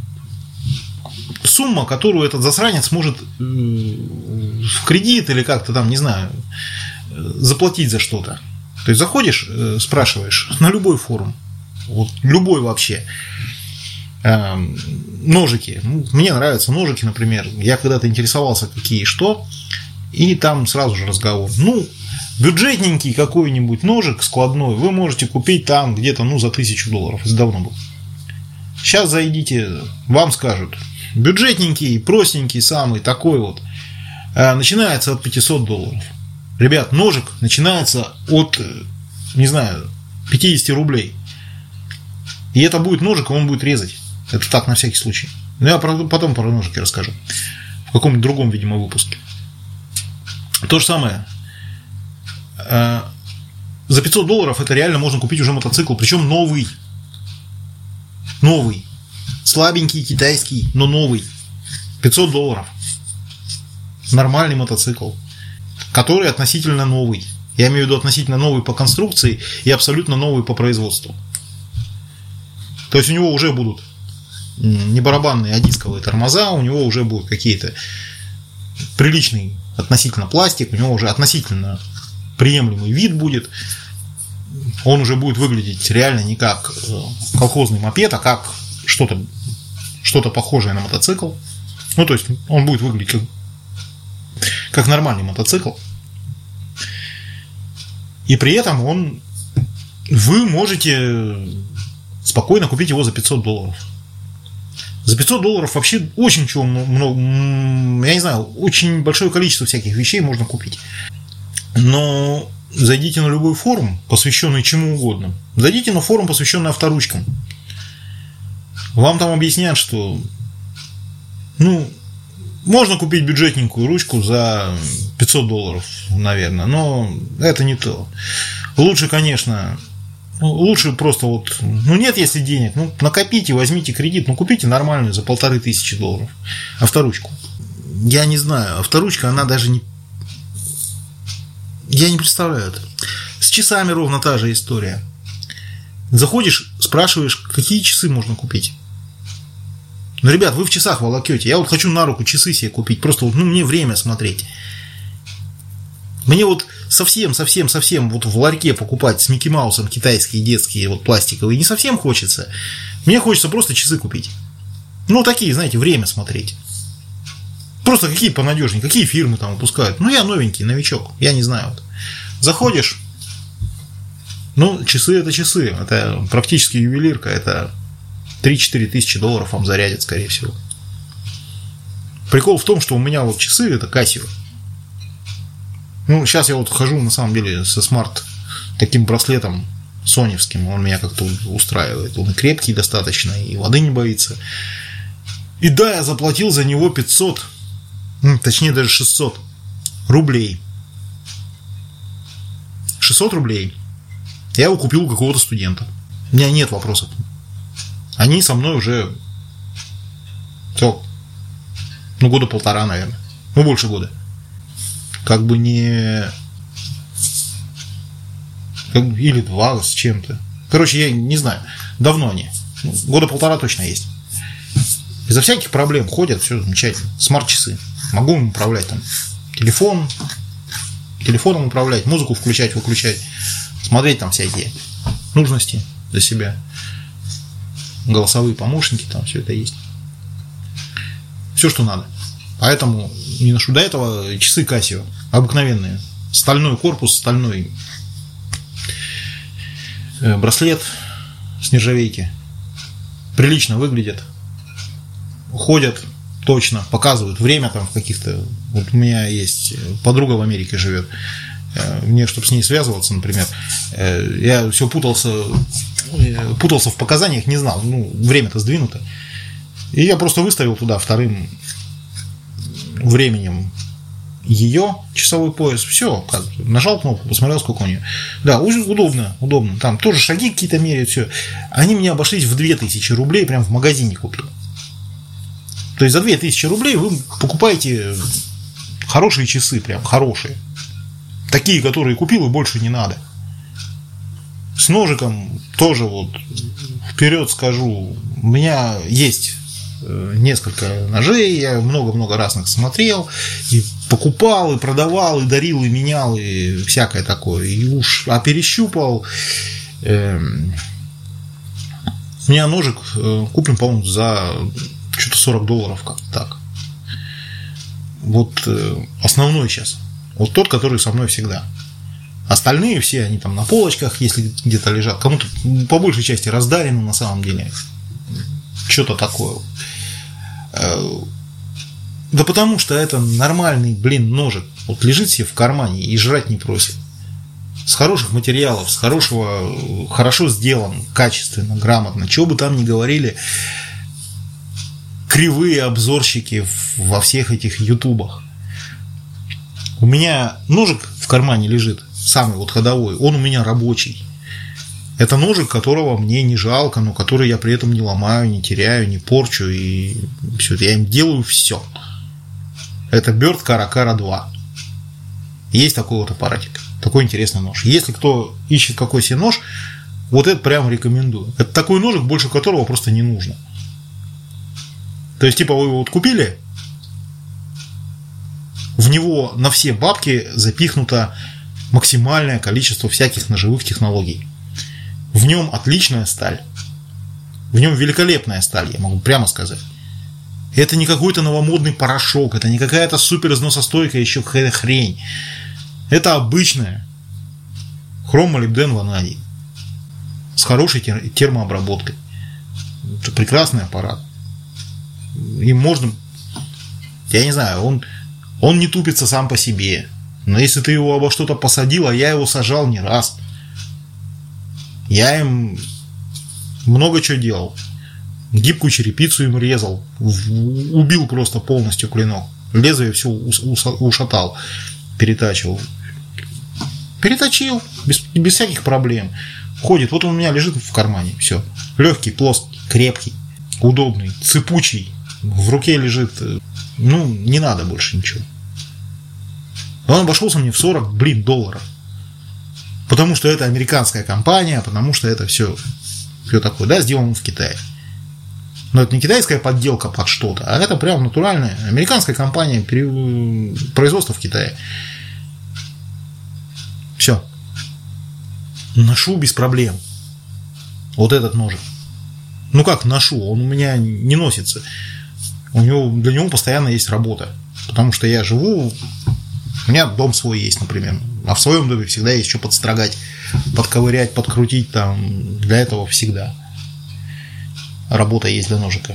сумма, которую этот засранец может в кредит или как-то там, не знаю, заплатить за что-то. То есть заходишь, спрашиваешь на любой форум, вот любой вообще, ножики. Мне нравятся ножики, например. Я когда-то интересовался, какие и что, и там сразу же разговор. Бюджетненький какой-нибудь ножик складной вы можете купить там где-то, за $1000. Это давно было. Сейчас зайдите, вам скажут. Бюджетненький, простенький самый, такой вот, начинается от $500. Ребят, ножик начинается от, не знаю, 50 рублей. И это будет ножик, и он будет резать. Это так, на всякий случай. Но я потом про ножики расскажу. В каком-нибудь другом, видимо, выпуске. То же самое. За $500 это реально можно купить уже мотоцикл. Причем новый. Новый. Слабенький, китайский, но новый. $500. Нормальный мотоцикл. Который относительно новый. Я имею в виду относительно новый по конструкции и абсолютно новый по производству. То есть у него уже будут не барабанные, а дисковые тормоза, у него уже будут какие-то приличный относительно пластик, у него уже относительно приемлемый вид будет. Он уже будет выглядеть реально не как колхозный мопед, а как что-то похожее на мотоцикл. То есть он будет выглядеть как нормальный мотоцикл. И при этом вы можете спокойно купить его за $500. За $500 вообще очень чего много, я не знаю, очень большое количество всяких вещей можно купить. Но зайдите на любой форум, посвященный чему угодно. Зайдите на форум, посвященный авторучкам. Вам там объяснят, что можно купить бюджетненькую ручку за $500, наверное, но это не то. Лучше, конечно, лучше просто нет, если денег, накопите, возьмите кредит, купите нормальную за $1500 авторучку. Я не знаю, авторучка, она даже не... Я не представляю это. С часами ровно та же история. Заходишь, спрашиваешь, какие часы можно купить. Ребят, вы в часах волокете. Я хочу на руку часы себе купить. Просто мне время смотреть. Мне совсем в ларьке покупать с Микки Маусом китайские детские пластиковые не совсем хочется. Мне хочется просто часы купить. Такие, знаете, время смотреть. Просто какие понадежнее, какие фирмы там выпускают. Я новенький, новичок, я не знаю. Заходишь, часы это часы. Это практически ювелирка, это 3-4 тысячи долларов вам зарядят, скорее всего. Прикол в том, что у меня часы это Casio. Сейчас я хожу, на самом деле, со Smart таким браслетом соневским. Он меня как-то устраивает. Он и крепкий достаточно, и воды не боится. И да, я заплатил за него 500, точнее даже 600 рублей. 600 рублей. Я его купил у какого-то студента. У меня нет вопросов. Они со мной уже все, года полтора, наверное. Больше года. Как бы не... Или 2 с чем-то. Короче, я не знаю. Давно они. Года полтора точно есть. Безо всяких проблем ходят, все замечательно. Смарт-часы. Могу им управлять там телефоном управлять, музыку включать, выключать, смотреть там всякие нужности для себя. Голосовые помощники, там все это есть. Все, что надо. Поэтому не ношу. До этого часы Casio. Обыкновенные. Стальной корпус, стальной браслет с нержавейки. Прилично выглядят. Ходят точно, показывают время там в каких-то... Вот у меня есть подруга в Америке живет. Мне, чтобы с ней связываться, например, я все путался в показаниях, не знал. Время-то сдвинуто. И я просто выставил туда вторым временем ее часовой пояс. Все, нажал кнопку, посмотрел, сколько у нее. Да, удобно. Там тоже шаги какие-то меряют, все. Они мне обошлись в 2000 рублей, прям в магазине купил. То есть за 2000 рублей вы покупаете хорошие часы, прям хорошие. Такие, которые купил, и больше не надо. С ножиком тоже вот вперед скажу. У меня есть несколько ножей, я много-много разных смотрел, и покупал, и продавал, и дарил, и менял, и всякое такое. И перещупал. У меня ножик куплен, по-моему, за что-то $40, как-то так. Вот основной сейчас. Вот тот, который со мной всегда. Остальные все, они там на полочках, если где-то лежат. Кому-то по большей части раздарены на самом деле. Что-то такое. Да потому что это нормальный, ножик. Вот лежит себе в кармане и жрать не просит. С хороших материалов, с хорошего, хорошо сделан, качественно, грамотно. Чего бы там ни говорили кривые обзорщики во всех этих ютубах. У меня ножик в кармане лежит, самый вот ходовой, он у меня рабочий. Это ножик, которого мне не жалко, но который я при этом не ломаю, не теряю, не порчу, и все, я им делаю все. Это Bird Caracara 2. Есть такой вот аппаратик, такой интересный нож. Если кто ищет какой себе нож, вот это прямо рекомендую. Это такой ножик, больше которого просто не нужно. То есть, типа, вы его вот купили, в него на все бабки запихнуто максимальное количество всяких ножевых технологий. В нем отличная сталь. В нем великолепная сталь, я могу прямо сказать. Это не какой-то новомодный порошок, это не какая-то супер износостойкая еще какая-то хрень. Это обычная хромолибден ванадий с хорошей термообработкой. Это прекрасный аппарат. Им можно, я не знаю, он не тупится сам по себе. Но если ты его обо что-то посадил, а я его сажал не раз, я им много чего делал. Гибкую черепицу им резал, убил просто полностью клинок. Лезвие все ушатал, перетачивал. Переточил, без всяких проблем. Ходит, вот он у меня лежит в кармане, все. Легкий, плоский, крепкий, удобный, цепучий. В руке лежит, не надо больше ничего. Он обошелся мне в $40 Потому что это американская компания, потому что это все такое, да, сделано в Китае. Но это не китайская подделка под что-то, а это прям натуральная американская компания, производство в Китае. Все. Ношу без проблем. Вот этот ножик. Как ношу? Он у меня не носится. Для него постоянно есть работа. Потому что я живу... У меня дом свой есть, например. А в своем доме всегда есть что подстрогать, подковырять, подкрутить. Там. Для этого всегда работа есть для ножика.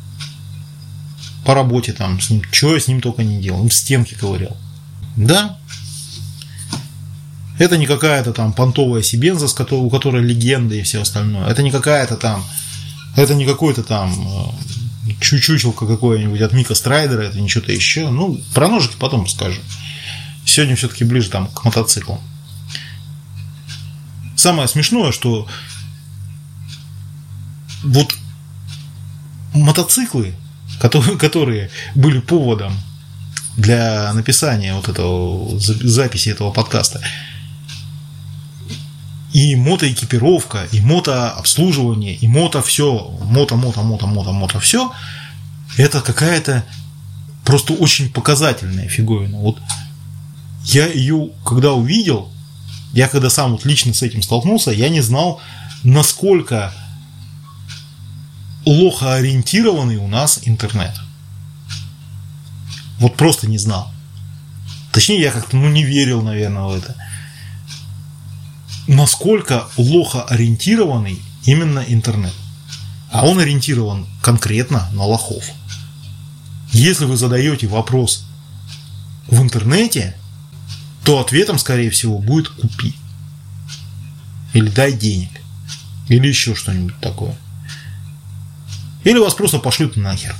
По работе там с ним. Что я с ним только не делал. В стенки ковырял. Да. Это не какая-то там понтовая Сибенза, у которой легенда и все остальное. Это не какая-то там, это не какой-то там чучелка какое-нибудь от Мика Страйдера, это не что-то еще. Ну, про ножики потом расскажу. Сегодня все-таки ближе там к мотоциклам. Самое смешное, что вот мотоциклы, которые были поводом для написания вот этого записи этого подкаста, и мотоэкипировка, и мотообслуживание, и все, все, это какая-то просто очень показательная фиговина. Вот я ее, когда увидел, я когда сам вот лично с этим столкнулся, я не знал, насколько лохоориентированный у нас интернет. Вот просто не знал. Точнее, я как-то не верил, наверное, в это. Насколько лохоориентированный именно интернет. А он ориентирован конкретно на лохов. Если вы задаете вопрос в интернете, то ответом, скорее всего, будет «купи». Или «дай денег». Или еще что-нибудь такое. Или вас просто пошлют нахер.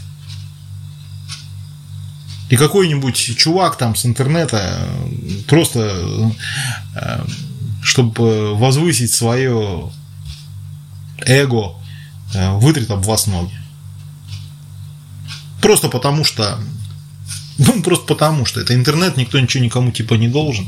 И какой-нибудь чувак там с интернета просто, чтобы возвысить свое эго, вытрет об вас ноги. Просто потому что это интернет, никто ничего никому типа не должен.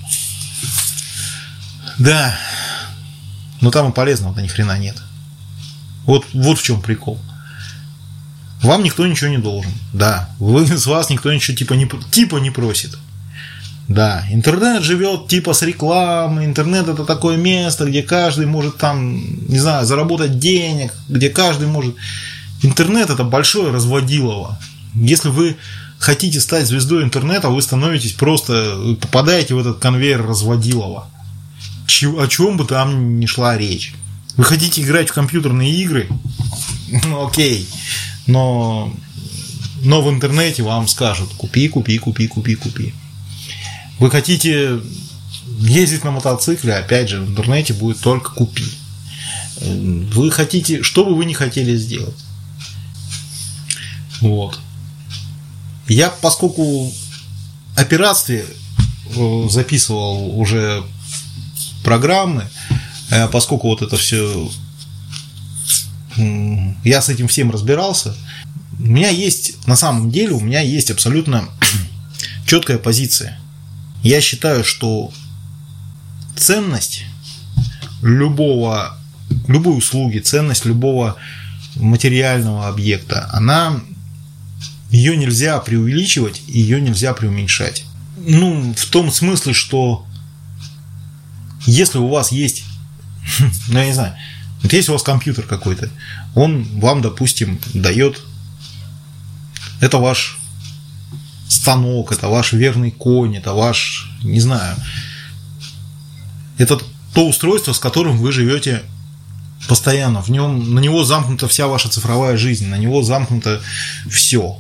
Да, но там и полезного-то ни хрена нет. Вот в чем прикол. Вам никто ничего не должен. Да, с вас никто ничего типа не просит. Да, интернет живет типа с рекламы. Интернет — это такое место, где каждый может там, не знаю, заработать денег, где каждый может... Интернет — это большое разводилово. Если вы хотите стать звездой интернета, вы становитесь просто, попадаете в этот конвейер разводилова. О чем бы там ни шла речь. Вы хотите играть в компьютерные игры? Ну окей. Но в интернете вам скажут: купи. Вы хотите ездить на мотоцикле, опять же, в интернете будет только купи. Вы хотите, что бы вы ни хотели сделать. Вот. Я, поскольку о пиратстве записывал уже программы, поскольку вот это все, я с этим всем разбирался, у меня есть, на самом деле, у меня есть абсолютно четкая позиция. Я считаю, что ценность любой услуги, ценность любого материального объекта, ее нельзя преувеличивать, ее нельзя преуменьшать. В том смысле, что если у вас есть, я не знаю, вот если у вас компьютер какой-то, он вам, допустим, дает, это ваш станок, это ваш верный конь, это ваш, не знаю, это то устройство, с которым вы живете постоянно, на него замкнута вся ваша цифровая жизнь, на него замкнуто все.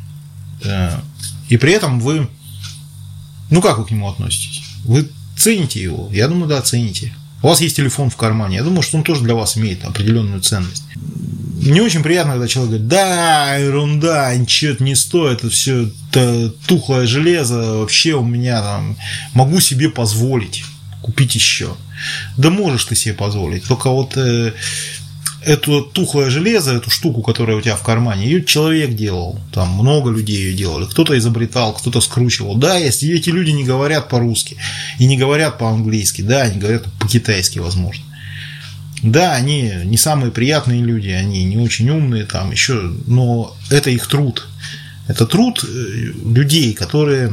И при этом вы, как вы к нему относитесь? Вы цените его? Я думаю, да, цените. У вас есть телефон в кармане, я думаю, что он тоже для вас имеет определенную ценность. Не очень приятно, когда человек говорит: да, ерунда, ничего это не стоит, это все тухлое железо, вообще у меня там, могу себе позволить купить еще. Да можешь ты себе позволить, только вот это тухлое железо, эту штуку, которая у тебя в кармане, ее человек делал, там много людей ее делали, кто-то изобретал, кто-то скручивал. Да, если эти люди не говорят по-русски и не говорят по-английски, да, они говорят по-китайски, возможно. Да, они не самые приятные люди, они не очень умные там еще, но это их труд. Это труд людей, которые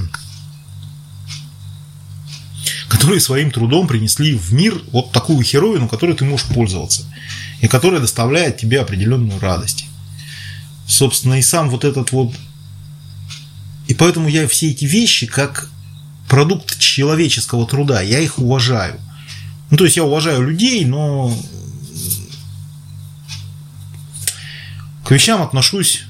своим трудом принесли в мир вот такую херовину, которой ты можешь пользоваться, и которая доставляет тебе определенную радость. Собственно, и сам вот этот вот... И поэтому я все эти вещи, как продукт человеческого труда, я их уважаю. То есть я уважаю людей, но к вещам отношусь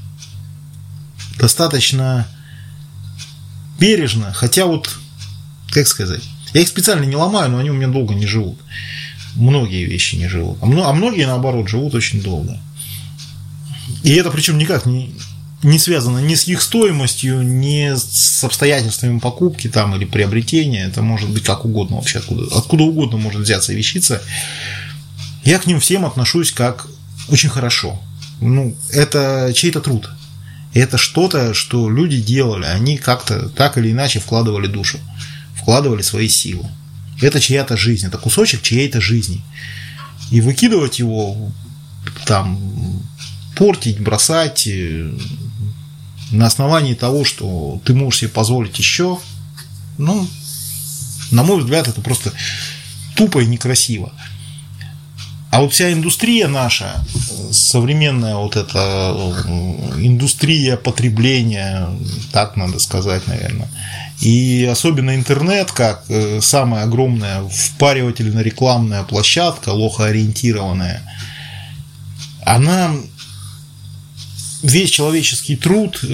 достаточно бережно, хотя вот, как сказать, Я их специально не ломаю, но они у меня долго не живут. Многие вещи не живут. А многие, наоборот, живут очень долго. И это причем никак не связано ни с их стоимостью, ни с обстоятельствами покупки там, или приобретения. Это может быть как угодно вообще, откуда угодно может взяться вещица. Я к ним всем отношусь как очень хорошо. Это чей-то труд. Это что-то, что люди делали. Они как-то так или иначе вкладывали душу, вкладывали свои силы. Это чья-то жизнь, это кусочек чьей-то жизни. И выкидывать его, там, портить, бросать на основании того, что ты можешь себе позволить еще, на мой взгляд, это просто тупо и некрасиво. А вот вся индустрия наша, современная вот эта индустрия потребления, так надо сказать, наверное, и особенно интернет, как самая огромная впаривательно-рекламная площадка, лохоориентированная, она весь человеческий труд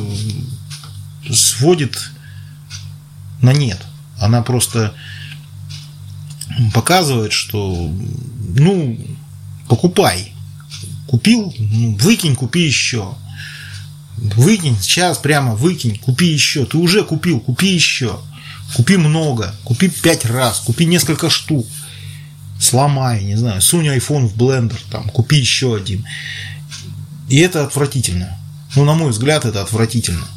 сводит на нет. Она просто показывает, что покупай. Купил, выкинь, купи еще. Выкинь, сейчас прямо выкинь, купи еще. Ты уже купил, купи еще. Купи много, купи 5 раз, купи несколько штук. Сломай, не знаю, сунь iPhone в блендер, там, купи еще один. И это отвратительно. На мой взгляд, это отвратительно.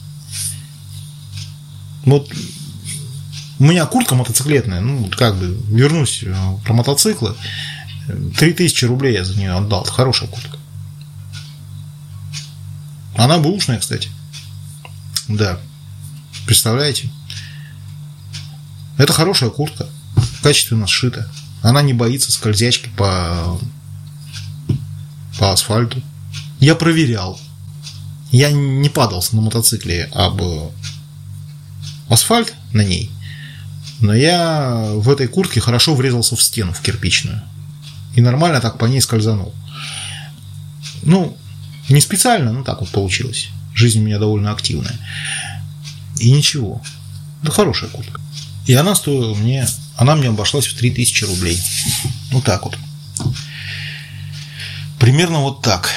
Вот у меня куртка мотоциклетная, вернусь про мотоциклы. 3000 рублей я за нее отдал. Это хорошая куртка. Она бэушная, кстати. Да. Представляете? Это хорошая куртка. Качественно сшита. Она не боится скользячки по асфальту. Я проверял. Я не падался на мотоцикле об асфальт на ней. Но я в этой куртке хорошо врезался в стену, в кирпичную. И нормально так по ней скользанул. Не специально, но так вот получилось. Жизнь у меня довольно активная. И ничего. Это хорошая куртка. И она мне обошлась в 3000 рублей. Вот так вот. Примерно вот так.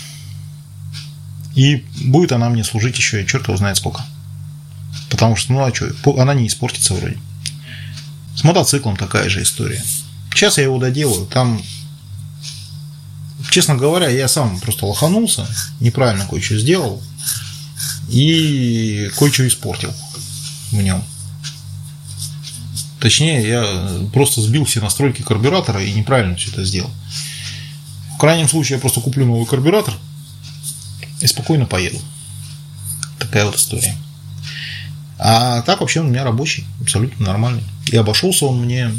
И будет она мне служить еще, черт его знает сколько. Потому что, она не испортится вроде. С мотоциклом такая же история. Сейчас я его доделаю. Там, честно говоря, я сам просто лоханулся, неправильно кое-что сделал и кое-что испортил в нем. Точнее, я просто сбил все настройки карбюратора и неправильно все это сделал. В крайнем случае я просто куплю новый карбюратор и спокойно поеду. Такая вот история. А так вообще он у меня рабочий, абсолютно нормальный. И обошелся он мне...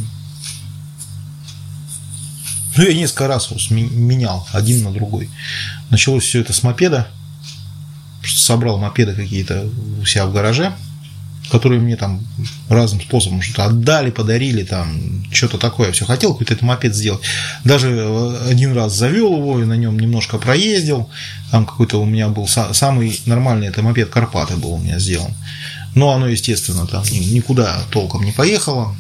я несколько раз его менял один на другой. Началось все это с мопеда. Просто собрал мопеды какие-то у себя в гараже, которые мне там разным способом что-то отдали, подарили, там что-то такое. Все хотел какой-то этот мопед сделать. Даже один раз завел его и на нем немножко проездил. Там какой-то у меня был самый нормальный, это мопед Карпаты был у меня сделан. Но оно, естественно, там никуда толком не поехало.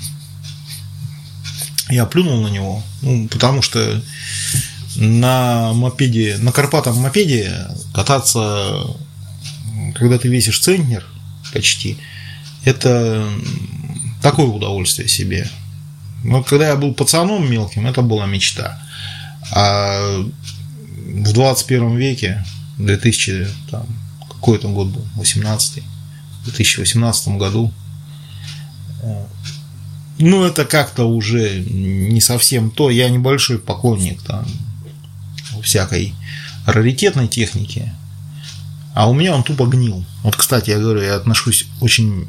Я плюнул на него, потому что на Карпатом мопеде кататься, когда ты весишь центнер почти, это такое удовольствие себе. Но когда я был пацаном мелким, это была мечта. А в 21 веке, 2000, какой это год был, 18-й, в 2018 году, это как-то уже не совсем то. Я небольшой поклонник всякой раритетной техники, а у меня он тупо гнил. Вот, кстати, я говорю, я отношусь очень...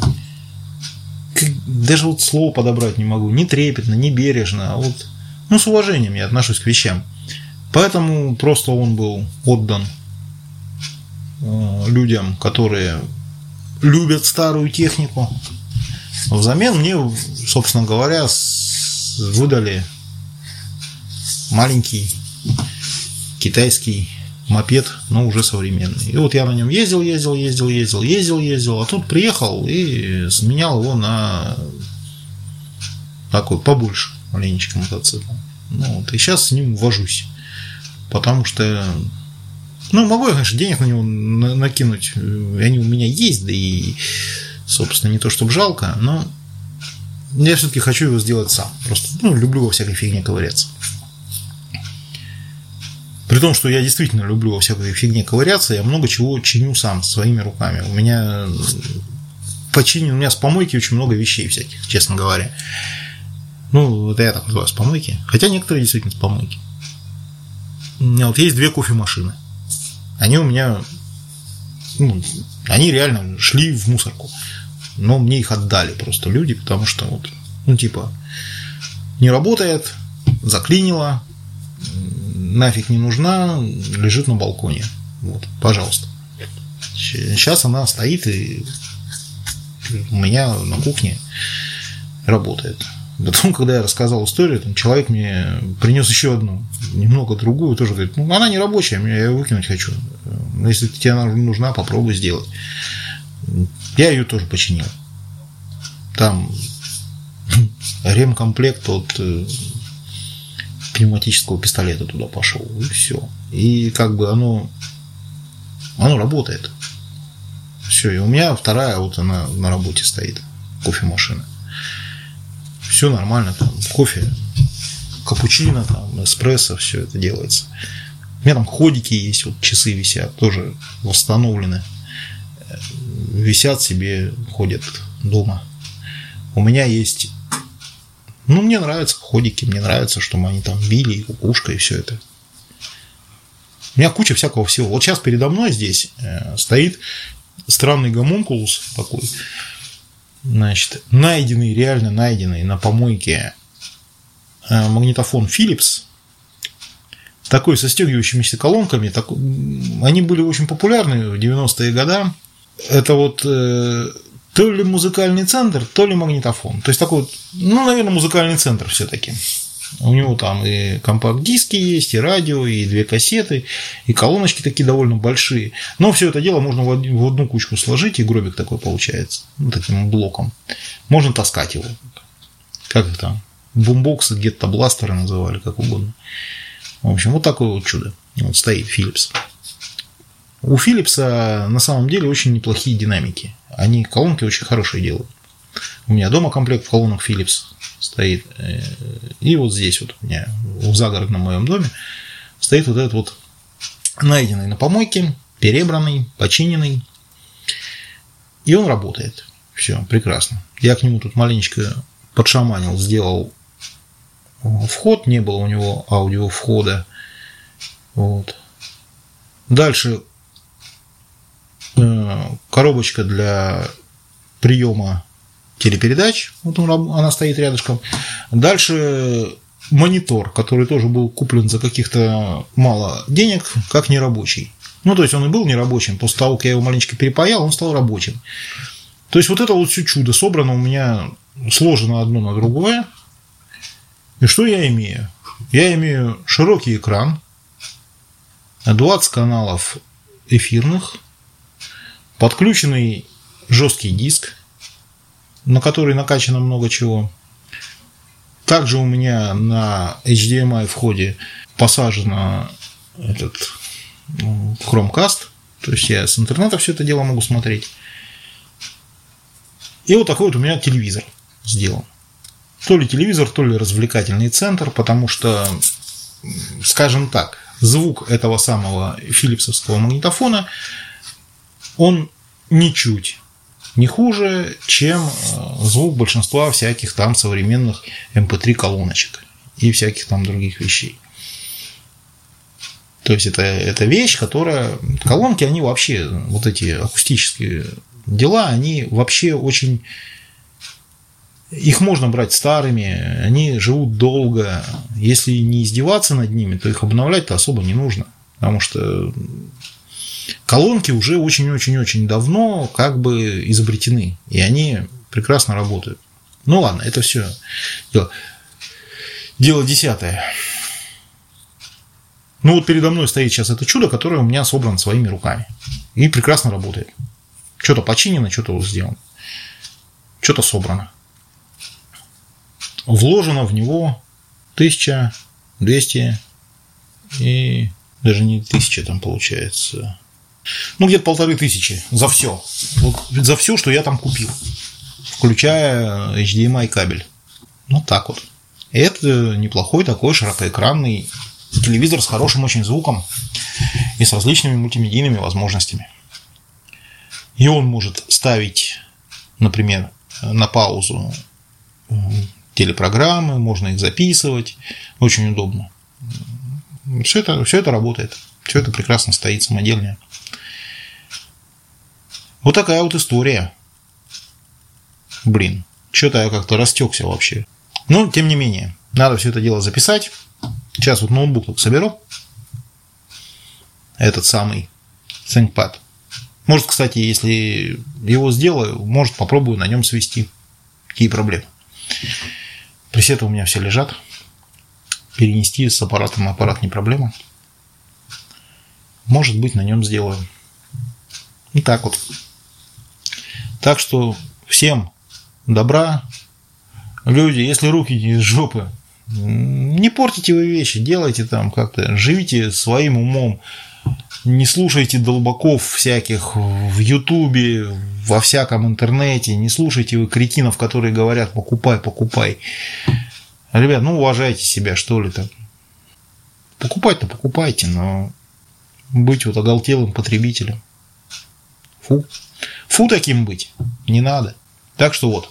Даже вот слово подобрать не могу. Не трепетно, не бережно, а вот... с уважением я отношусь к вещам. Поэтому просто он был отдан людям, которые любят старую технику. Взамен мне, собственно говоря, выдали маленький китайский мопед, но уже современный. И вот я на нем ездил, а тут приехал и сменял его на такой побольше, маленечко мотоцикл. Ну, вот, и сейчас с ним вожусь. Потому что, ну, могу я, конечно, денег на него накинуть. Они у меня есть, да и, собственно, не то чтобы жалко, но я все-таки хочу его сделать сам. Просто, ну, люблю во всякой фигне ковыряться. При том, что я действительно люблю во всякой фигне ковыряться, я много чего чиню сам, своими руками. У меня с помойки очень много вещей всяких, честно говоря. Ну, это я так называю, с помойки. Хотя некоторые действительно с помойки. У меня вот есть 2 кофемашины. Они у меня, ну, они реально шли в мусорку. Но мне их отдали просто люди, потому что вот, ну, типа, не работает, заклинило, нафиг не нужна, лежит на балконе. Вот, пожалуйста. Сейчас она стоит и у меня на кухне работает. Потом, когда я рассказал историю, там человек мне принес еще одну, немного другую, тоже говорит, ну, она не рабочая, я ее выкинуть хочу. Если тебе она нужна, попробуй сделать. Я ее тоже починил. Там ремкомплект от пневматического пистолета туда пошел, и все. И как бы оно работает. Все, и у меня вторая, вот она на работе стоит, кофемашина. Все нормально, там кофе, капучино, там, эспрессо, все это делается. У меня там ходики есть, вот часы висят, тоже восстановлены. Висят себе, ходят дома. У меня есть, ну, мне нравятся ходики, мне нравится, чтобы они там били, и кукушка, и все это. У меня куча всякого всего. Вот сейчас передо мной здесь стоит странный гомункулус такой, значит, реально найденный на помойке магнитофон Philips, такой со стёгивающимися колонками. Они были очень популярны в 90-е годы. Это вот то ли музыкальный центр, то ли магнитофон. То есть такой вот, ну, наверное, музыкальный центр все-таки. У него там и компакт-диски есть, и радио, и 2 кассеты, и колоночки такие довольно большие. Но все это дело можно в одну кучку сложить, и гробик такой получается, ну, таким блоком. Можно таскать его. Как их там? Бумбоксы, гетто-бластеры называли, как угодно. В общем, вот такое вот чудо. Вот стоит Philips. У Philips на самом деле очень неплохие динамики. Они колонки очень хорошие делают. У меня дома комплект колонок Philips стоит. И вот здесь вот у меня в загородном моем доме стоит вот этот вот найденный на помойке, перебранный, починенный. И он работает. Все, прекрасно. Я к нему тут маленечко подшаманил, сделал вход, не было у него аудиовхода. Вот. Дальше коробочка для приема телепередач, вот она стоит рядышком. Дальше монитор, который тоже был куплен за каких-то мало денег, как нерабочий. Ну, то есть он и был нерабочим, после того, как я его маленечко перепаял, он стал рабочим. То есть вот это вот все чудо собрано у меня, сложено одно на другое. И что я имею? Я имею широкий экран, 20 каналов эфирных, подключенный жесткий диск, на который накачано много чего. Также у меня на HDMI входе посажено этот Chromecast, то есть я с интернета все это дело могу смотреть. И вот такой вот у меня телевизор сделан. То ли телевизор, то ли развлекательный центр, потому что, скажем так, звук этого самого филипсовского магнитофона, он ничуть не хуже, чем звук большинства всяких там современных MP3 колоночек и всяких там других вещей. То есть это вещь, которая... Колонки, они вообще, вот эти акустические дела, они вообще очень... Их можно брать старыми, они живут долго. Если не издеваться над ними, то их обновлять-то особо не нужно. Потому что колонки уже очень-очень-очень давно как бы изобретены. И они прекрасно работают. Ну ладно, это все дело десятое. Ну вот передо мной стоит сейчас это чудо, которое у меня собрано своими руками. И прекрасно работает. Что-то починено, что-то вот сделано. Что-то собрано. вложено в него 1200 и даже не 1000 там получается. Ну, где-то 1500 за все. Вот за все, что я там купил. Включая HDMI кабель. Ну, так вот. И это неплохой такой широкоэкранный телевизор с хорошим очень звуком и с различными мультимедийными возможностями. И он может ставить, например, на паузу телепрограммы, можно их записывать. Очень удобно. Все это работает. Все это прекрасно стоит самодельное. Вот такая вот история. Блин, что-то я как-то растекся вообще. Но, тем не менее, надо все это дело записать. Сейчас вот ноутбук только соберу. Этот самый ThinkPad. Может, кстати, если его сделаю, может, попробую на нем свести. Какие проблемы? Пресеты у меня все лежат. Перенести с аппаратом аппарат не проблема. Может быть, на нем сделаю. И так вот. Так что всем добра. Люди, если руки не из жопы, не портите вы вещи, делайте там как-то, живите своим умом, не слушайте долбаков всяких в Ютубе, во всяком интернете, не слушайте вы кретинов, которые говорят покупай, покупай. Ребят, ну уважайте себя, что ли там. Покупать-то покупайте, но быть вот оголтелым потребителем. Фу таким быть не надо. Так что вот.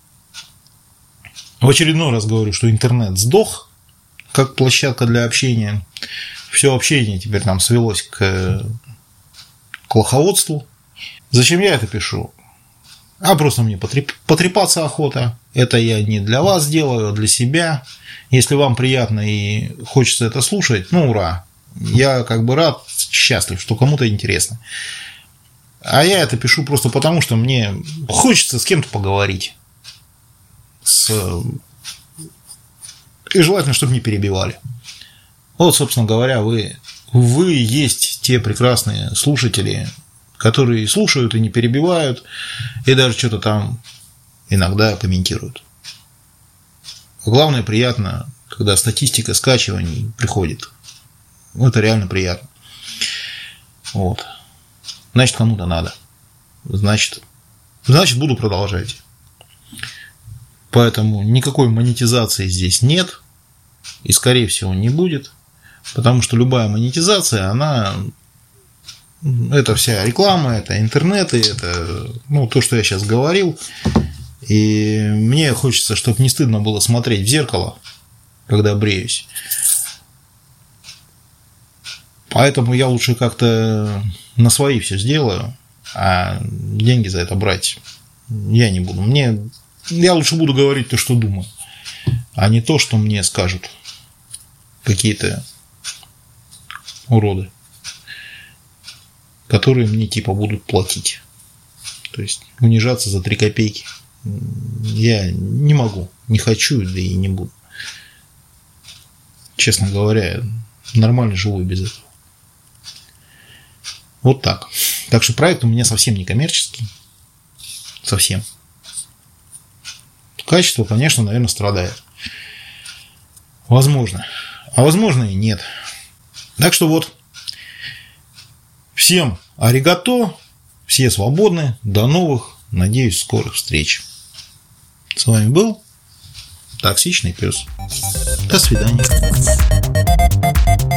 В очередной раз говорю, что интернет сдох, как площадка для общения. Все общение теперь там свелось к лоховодству. Зачем я это пишу? А просто мне потрепаться охота. Это я не для вас делаю, а для себя. Если вам приятно и хочется это слушать, ну ура. Я как бы рад, счастлив, что кому-то интересно. А я это пишу просто потому, что мне хочется с кем-то поговорить. И желательно, чтобы не перебивали. Вот, собственно говоря, вы есть те прекрасные слушатели, которые слушают и не перебивают, и даже что-то там иногда комментируют. Главное, приятно, когда статистика скачиваний приходит. Это реально приятно. Вот. Значит, кому-то надо. Значит, буду продолжать. Поэтому никакой монетизации здесь нет. И, скорее всего, не будет. Потому что любая монетизация, она... Это вся реклама, это интернет, и это то, что я сейчас говорил. И мне хочется, чтобы не стыдно было смотреть в зеркало, когда бреюсь. Поэтому я лучше как-то на свои все сделаю, а деньги за это брать я не буду. Я лучше буду говорить то, что думаю, а не то, что мне скажут какие-то уроды, которые мне типа будут платить. То есть унижаться за 3 копейки я не могу, не хочу, да и не буду. Честно говоря, нормально живу и без этого. Вот так. Так что проект у меня совсем не коммерческий. Совсем. Качество, конечно, наверное, страдает. Возможно. А возможно и нет. Так что вот. Всем аригато. Все свободны. До новых, надеюсь, скорых встреч. С вами был Токсичный пес. До свидания.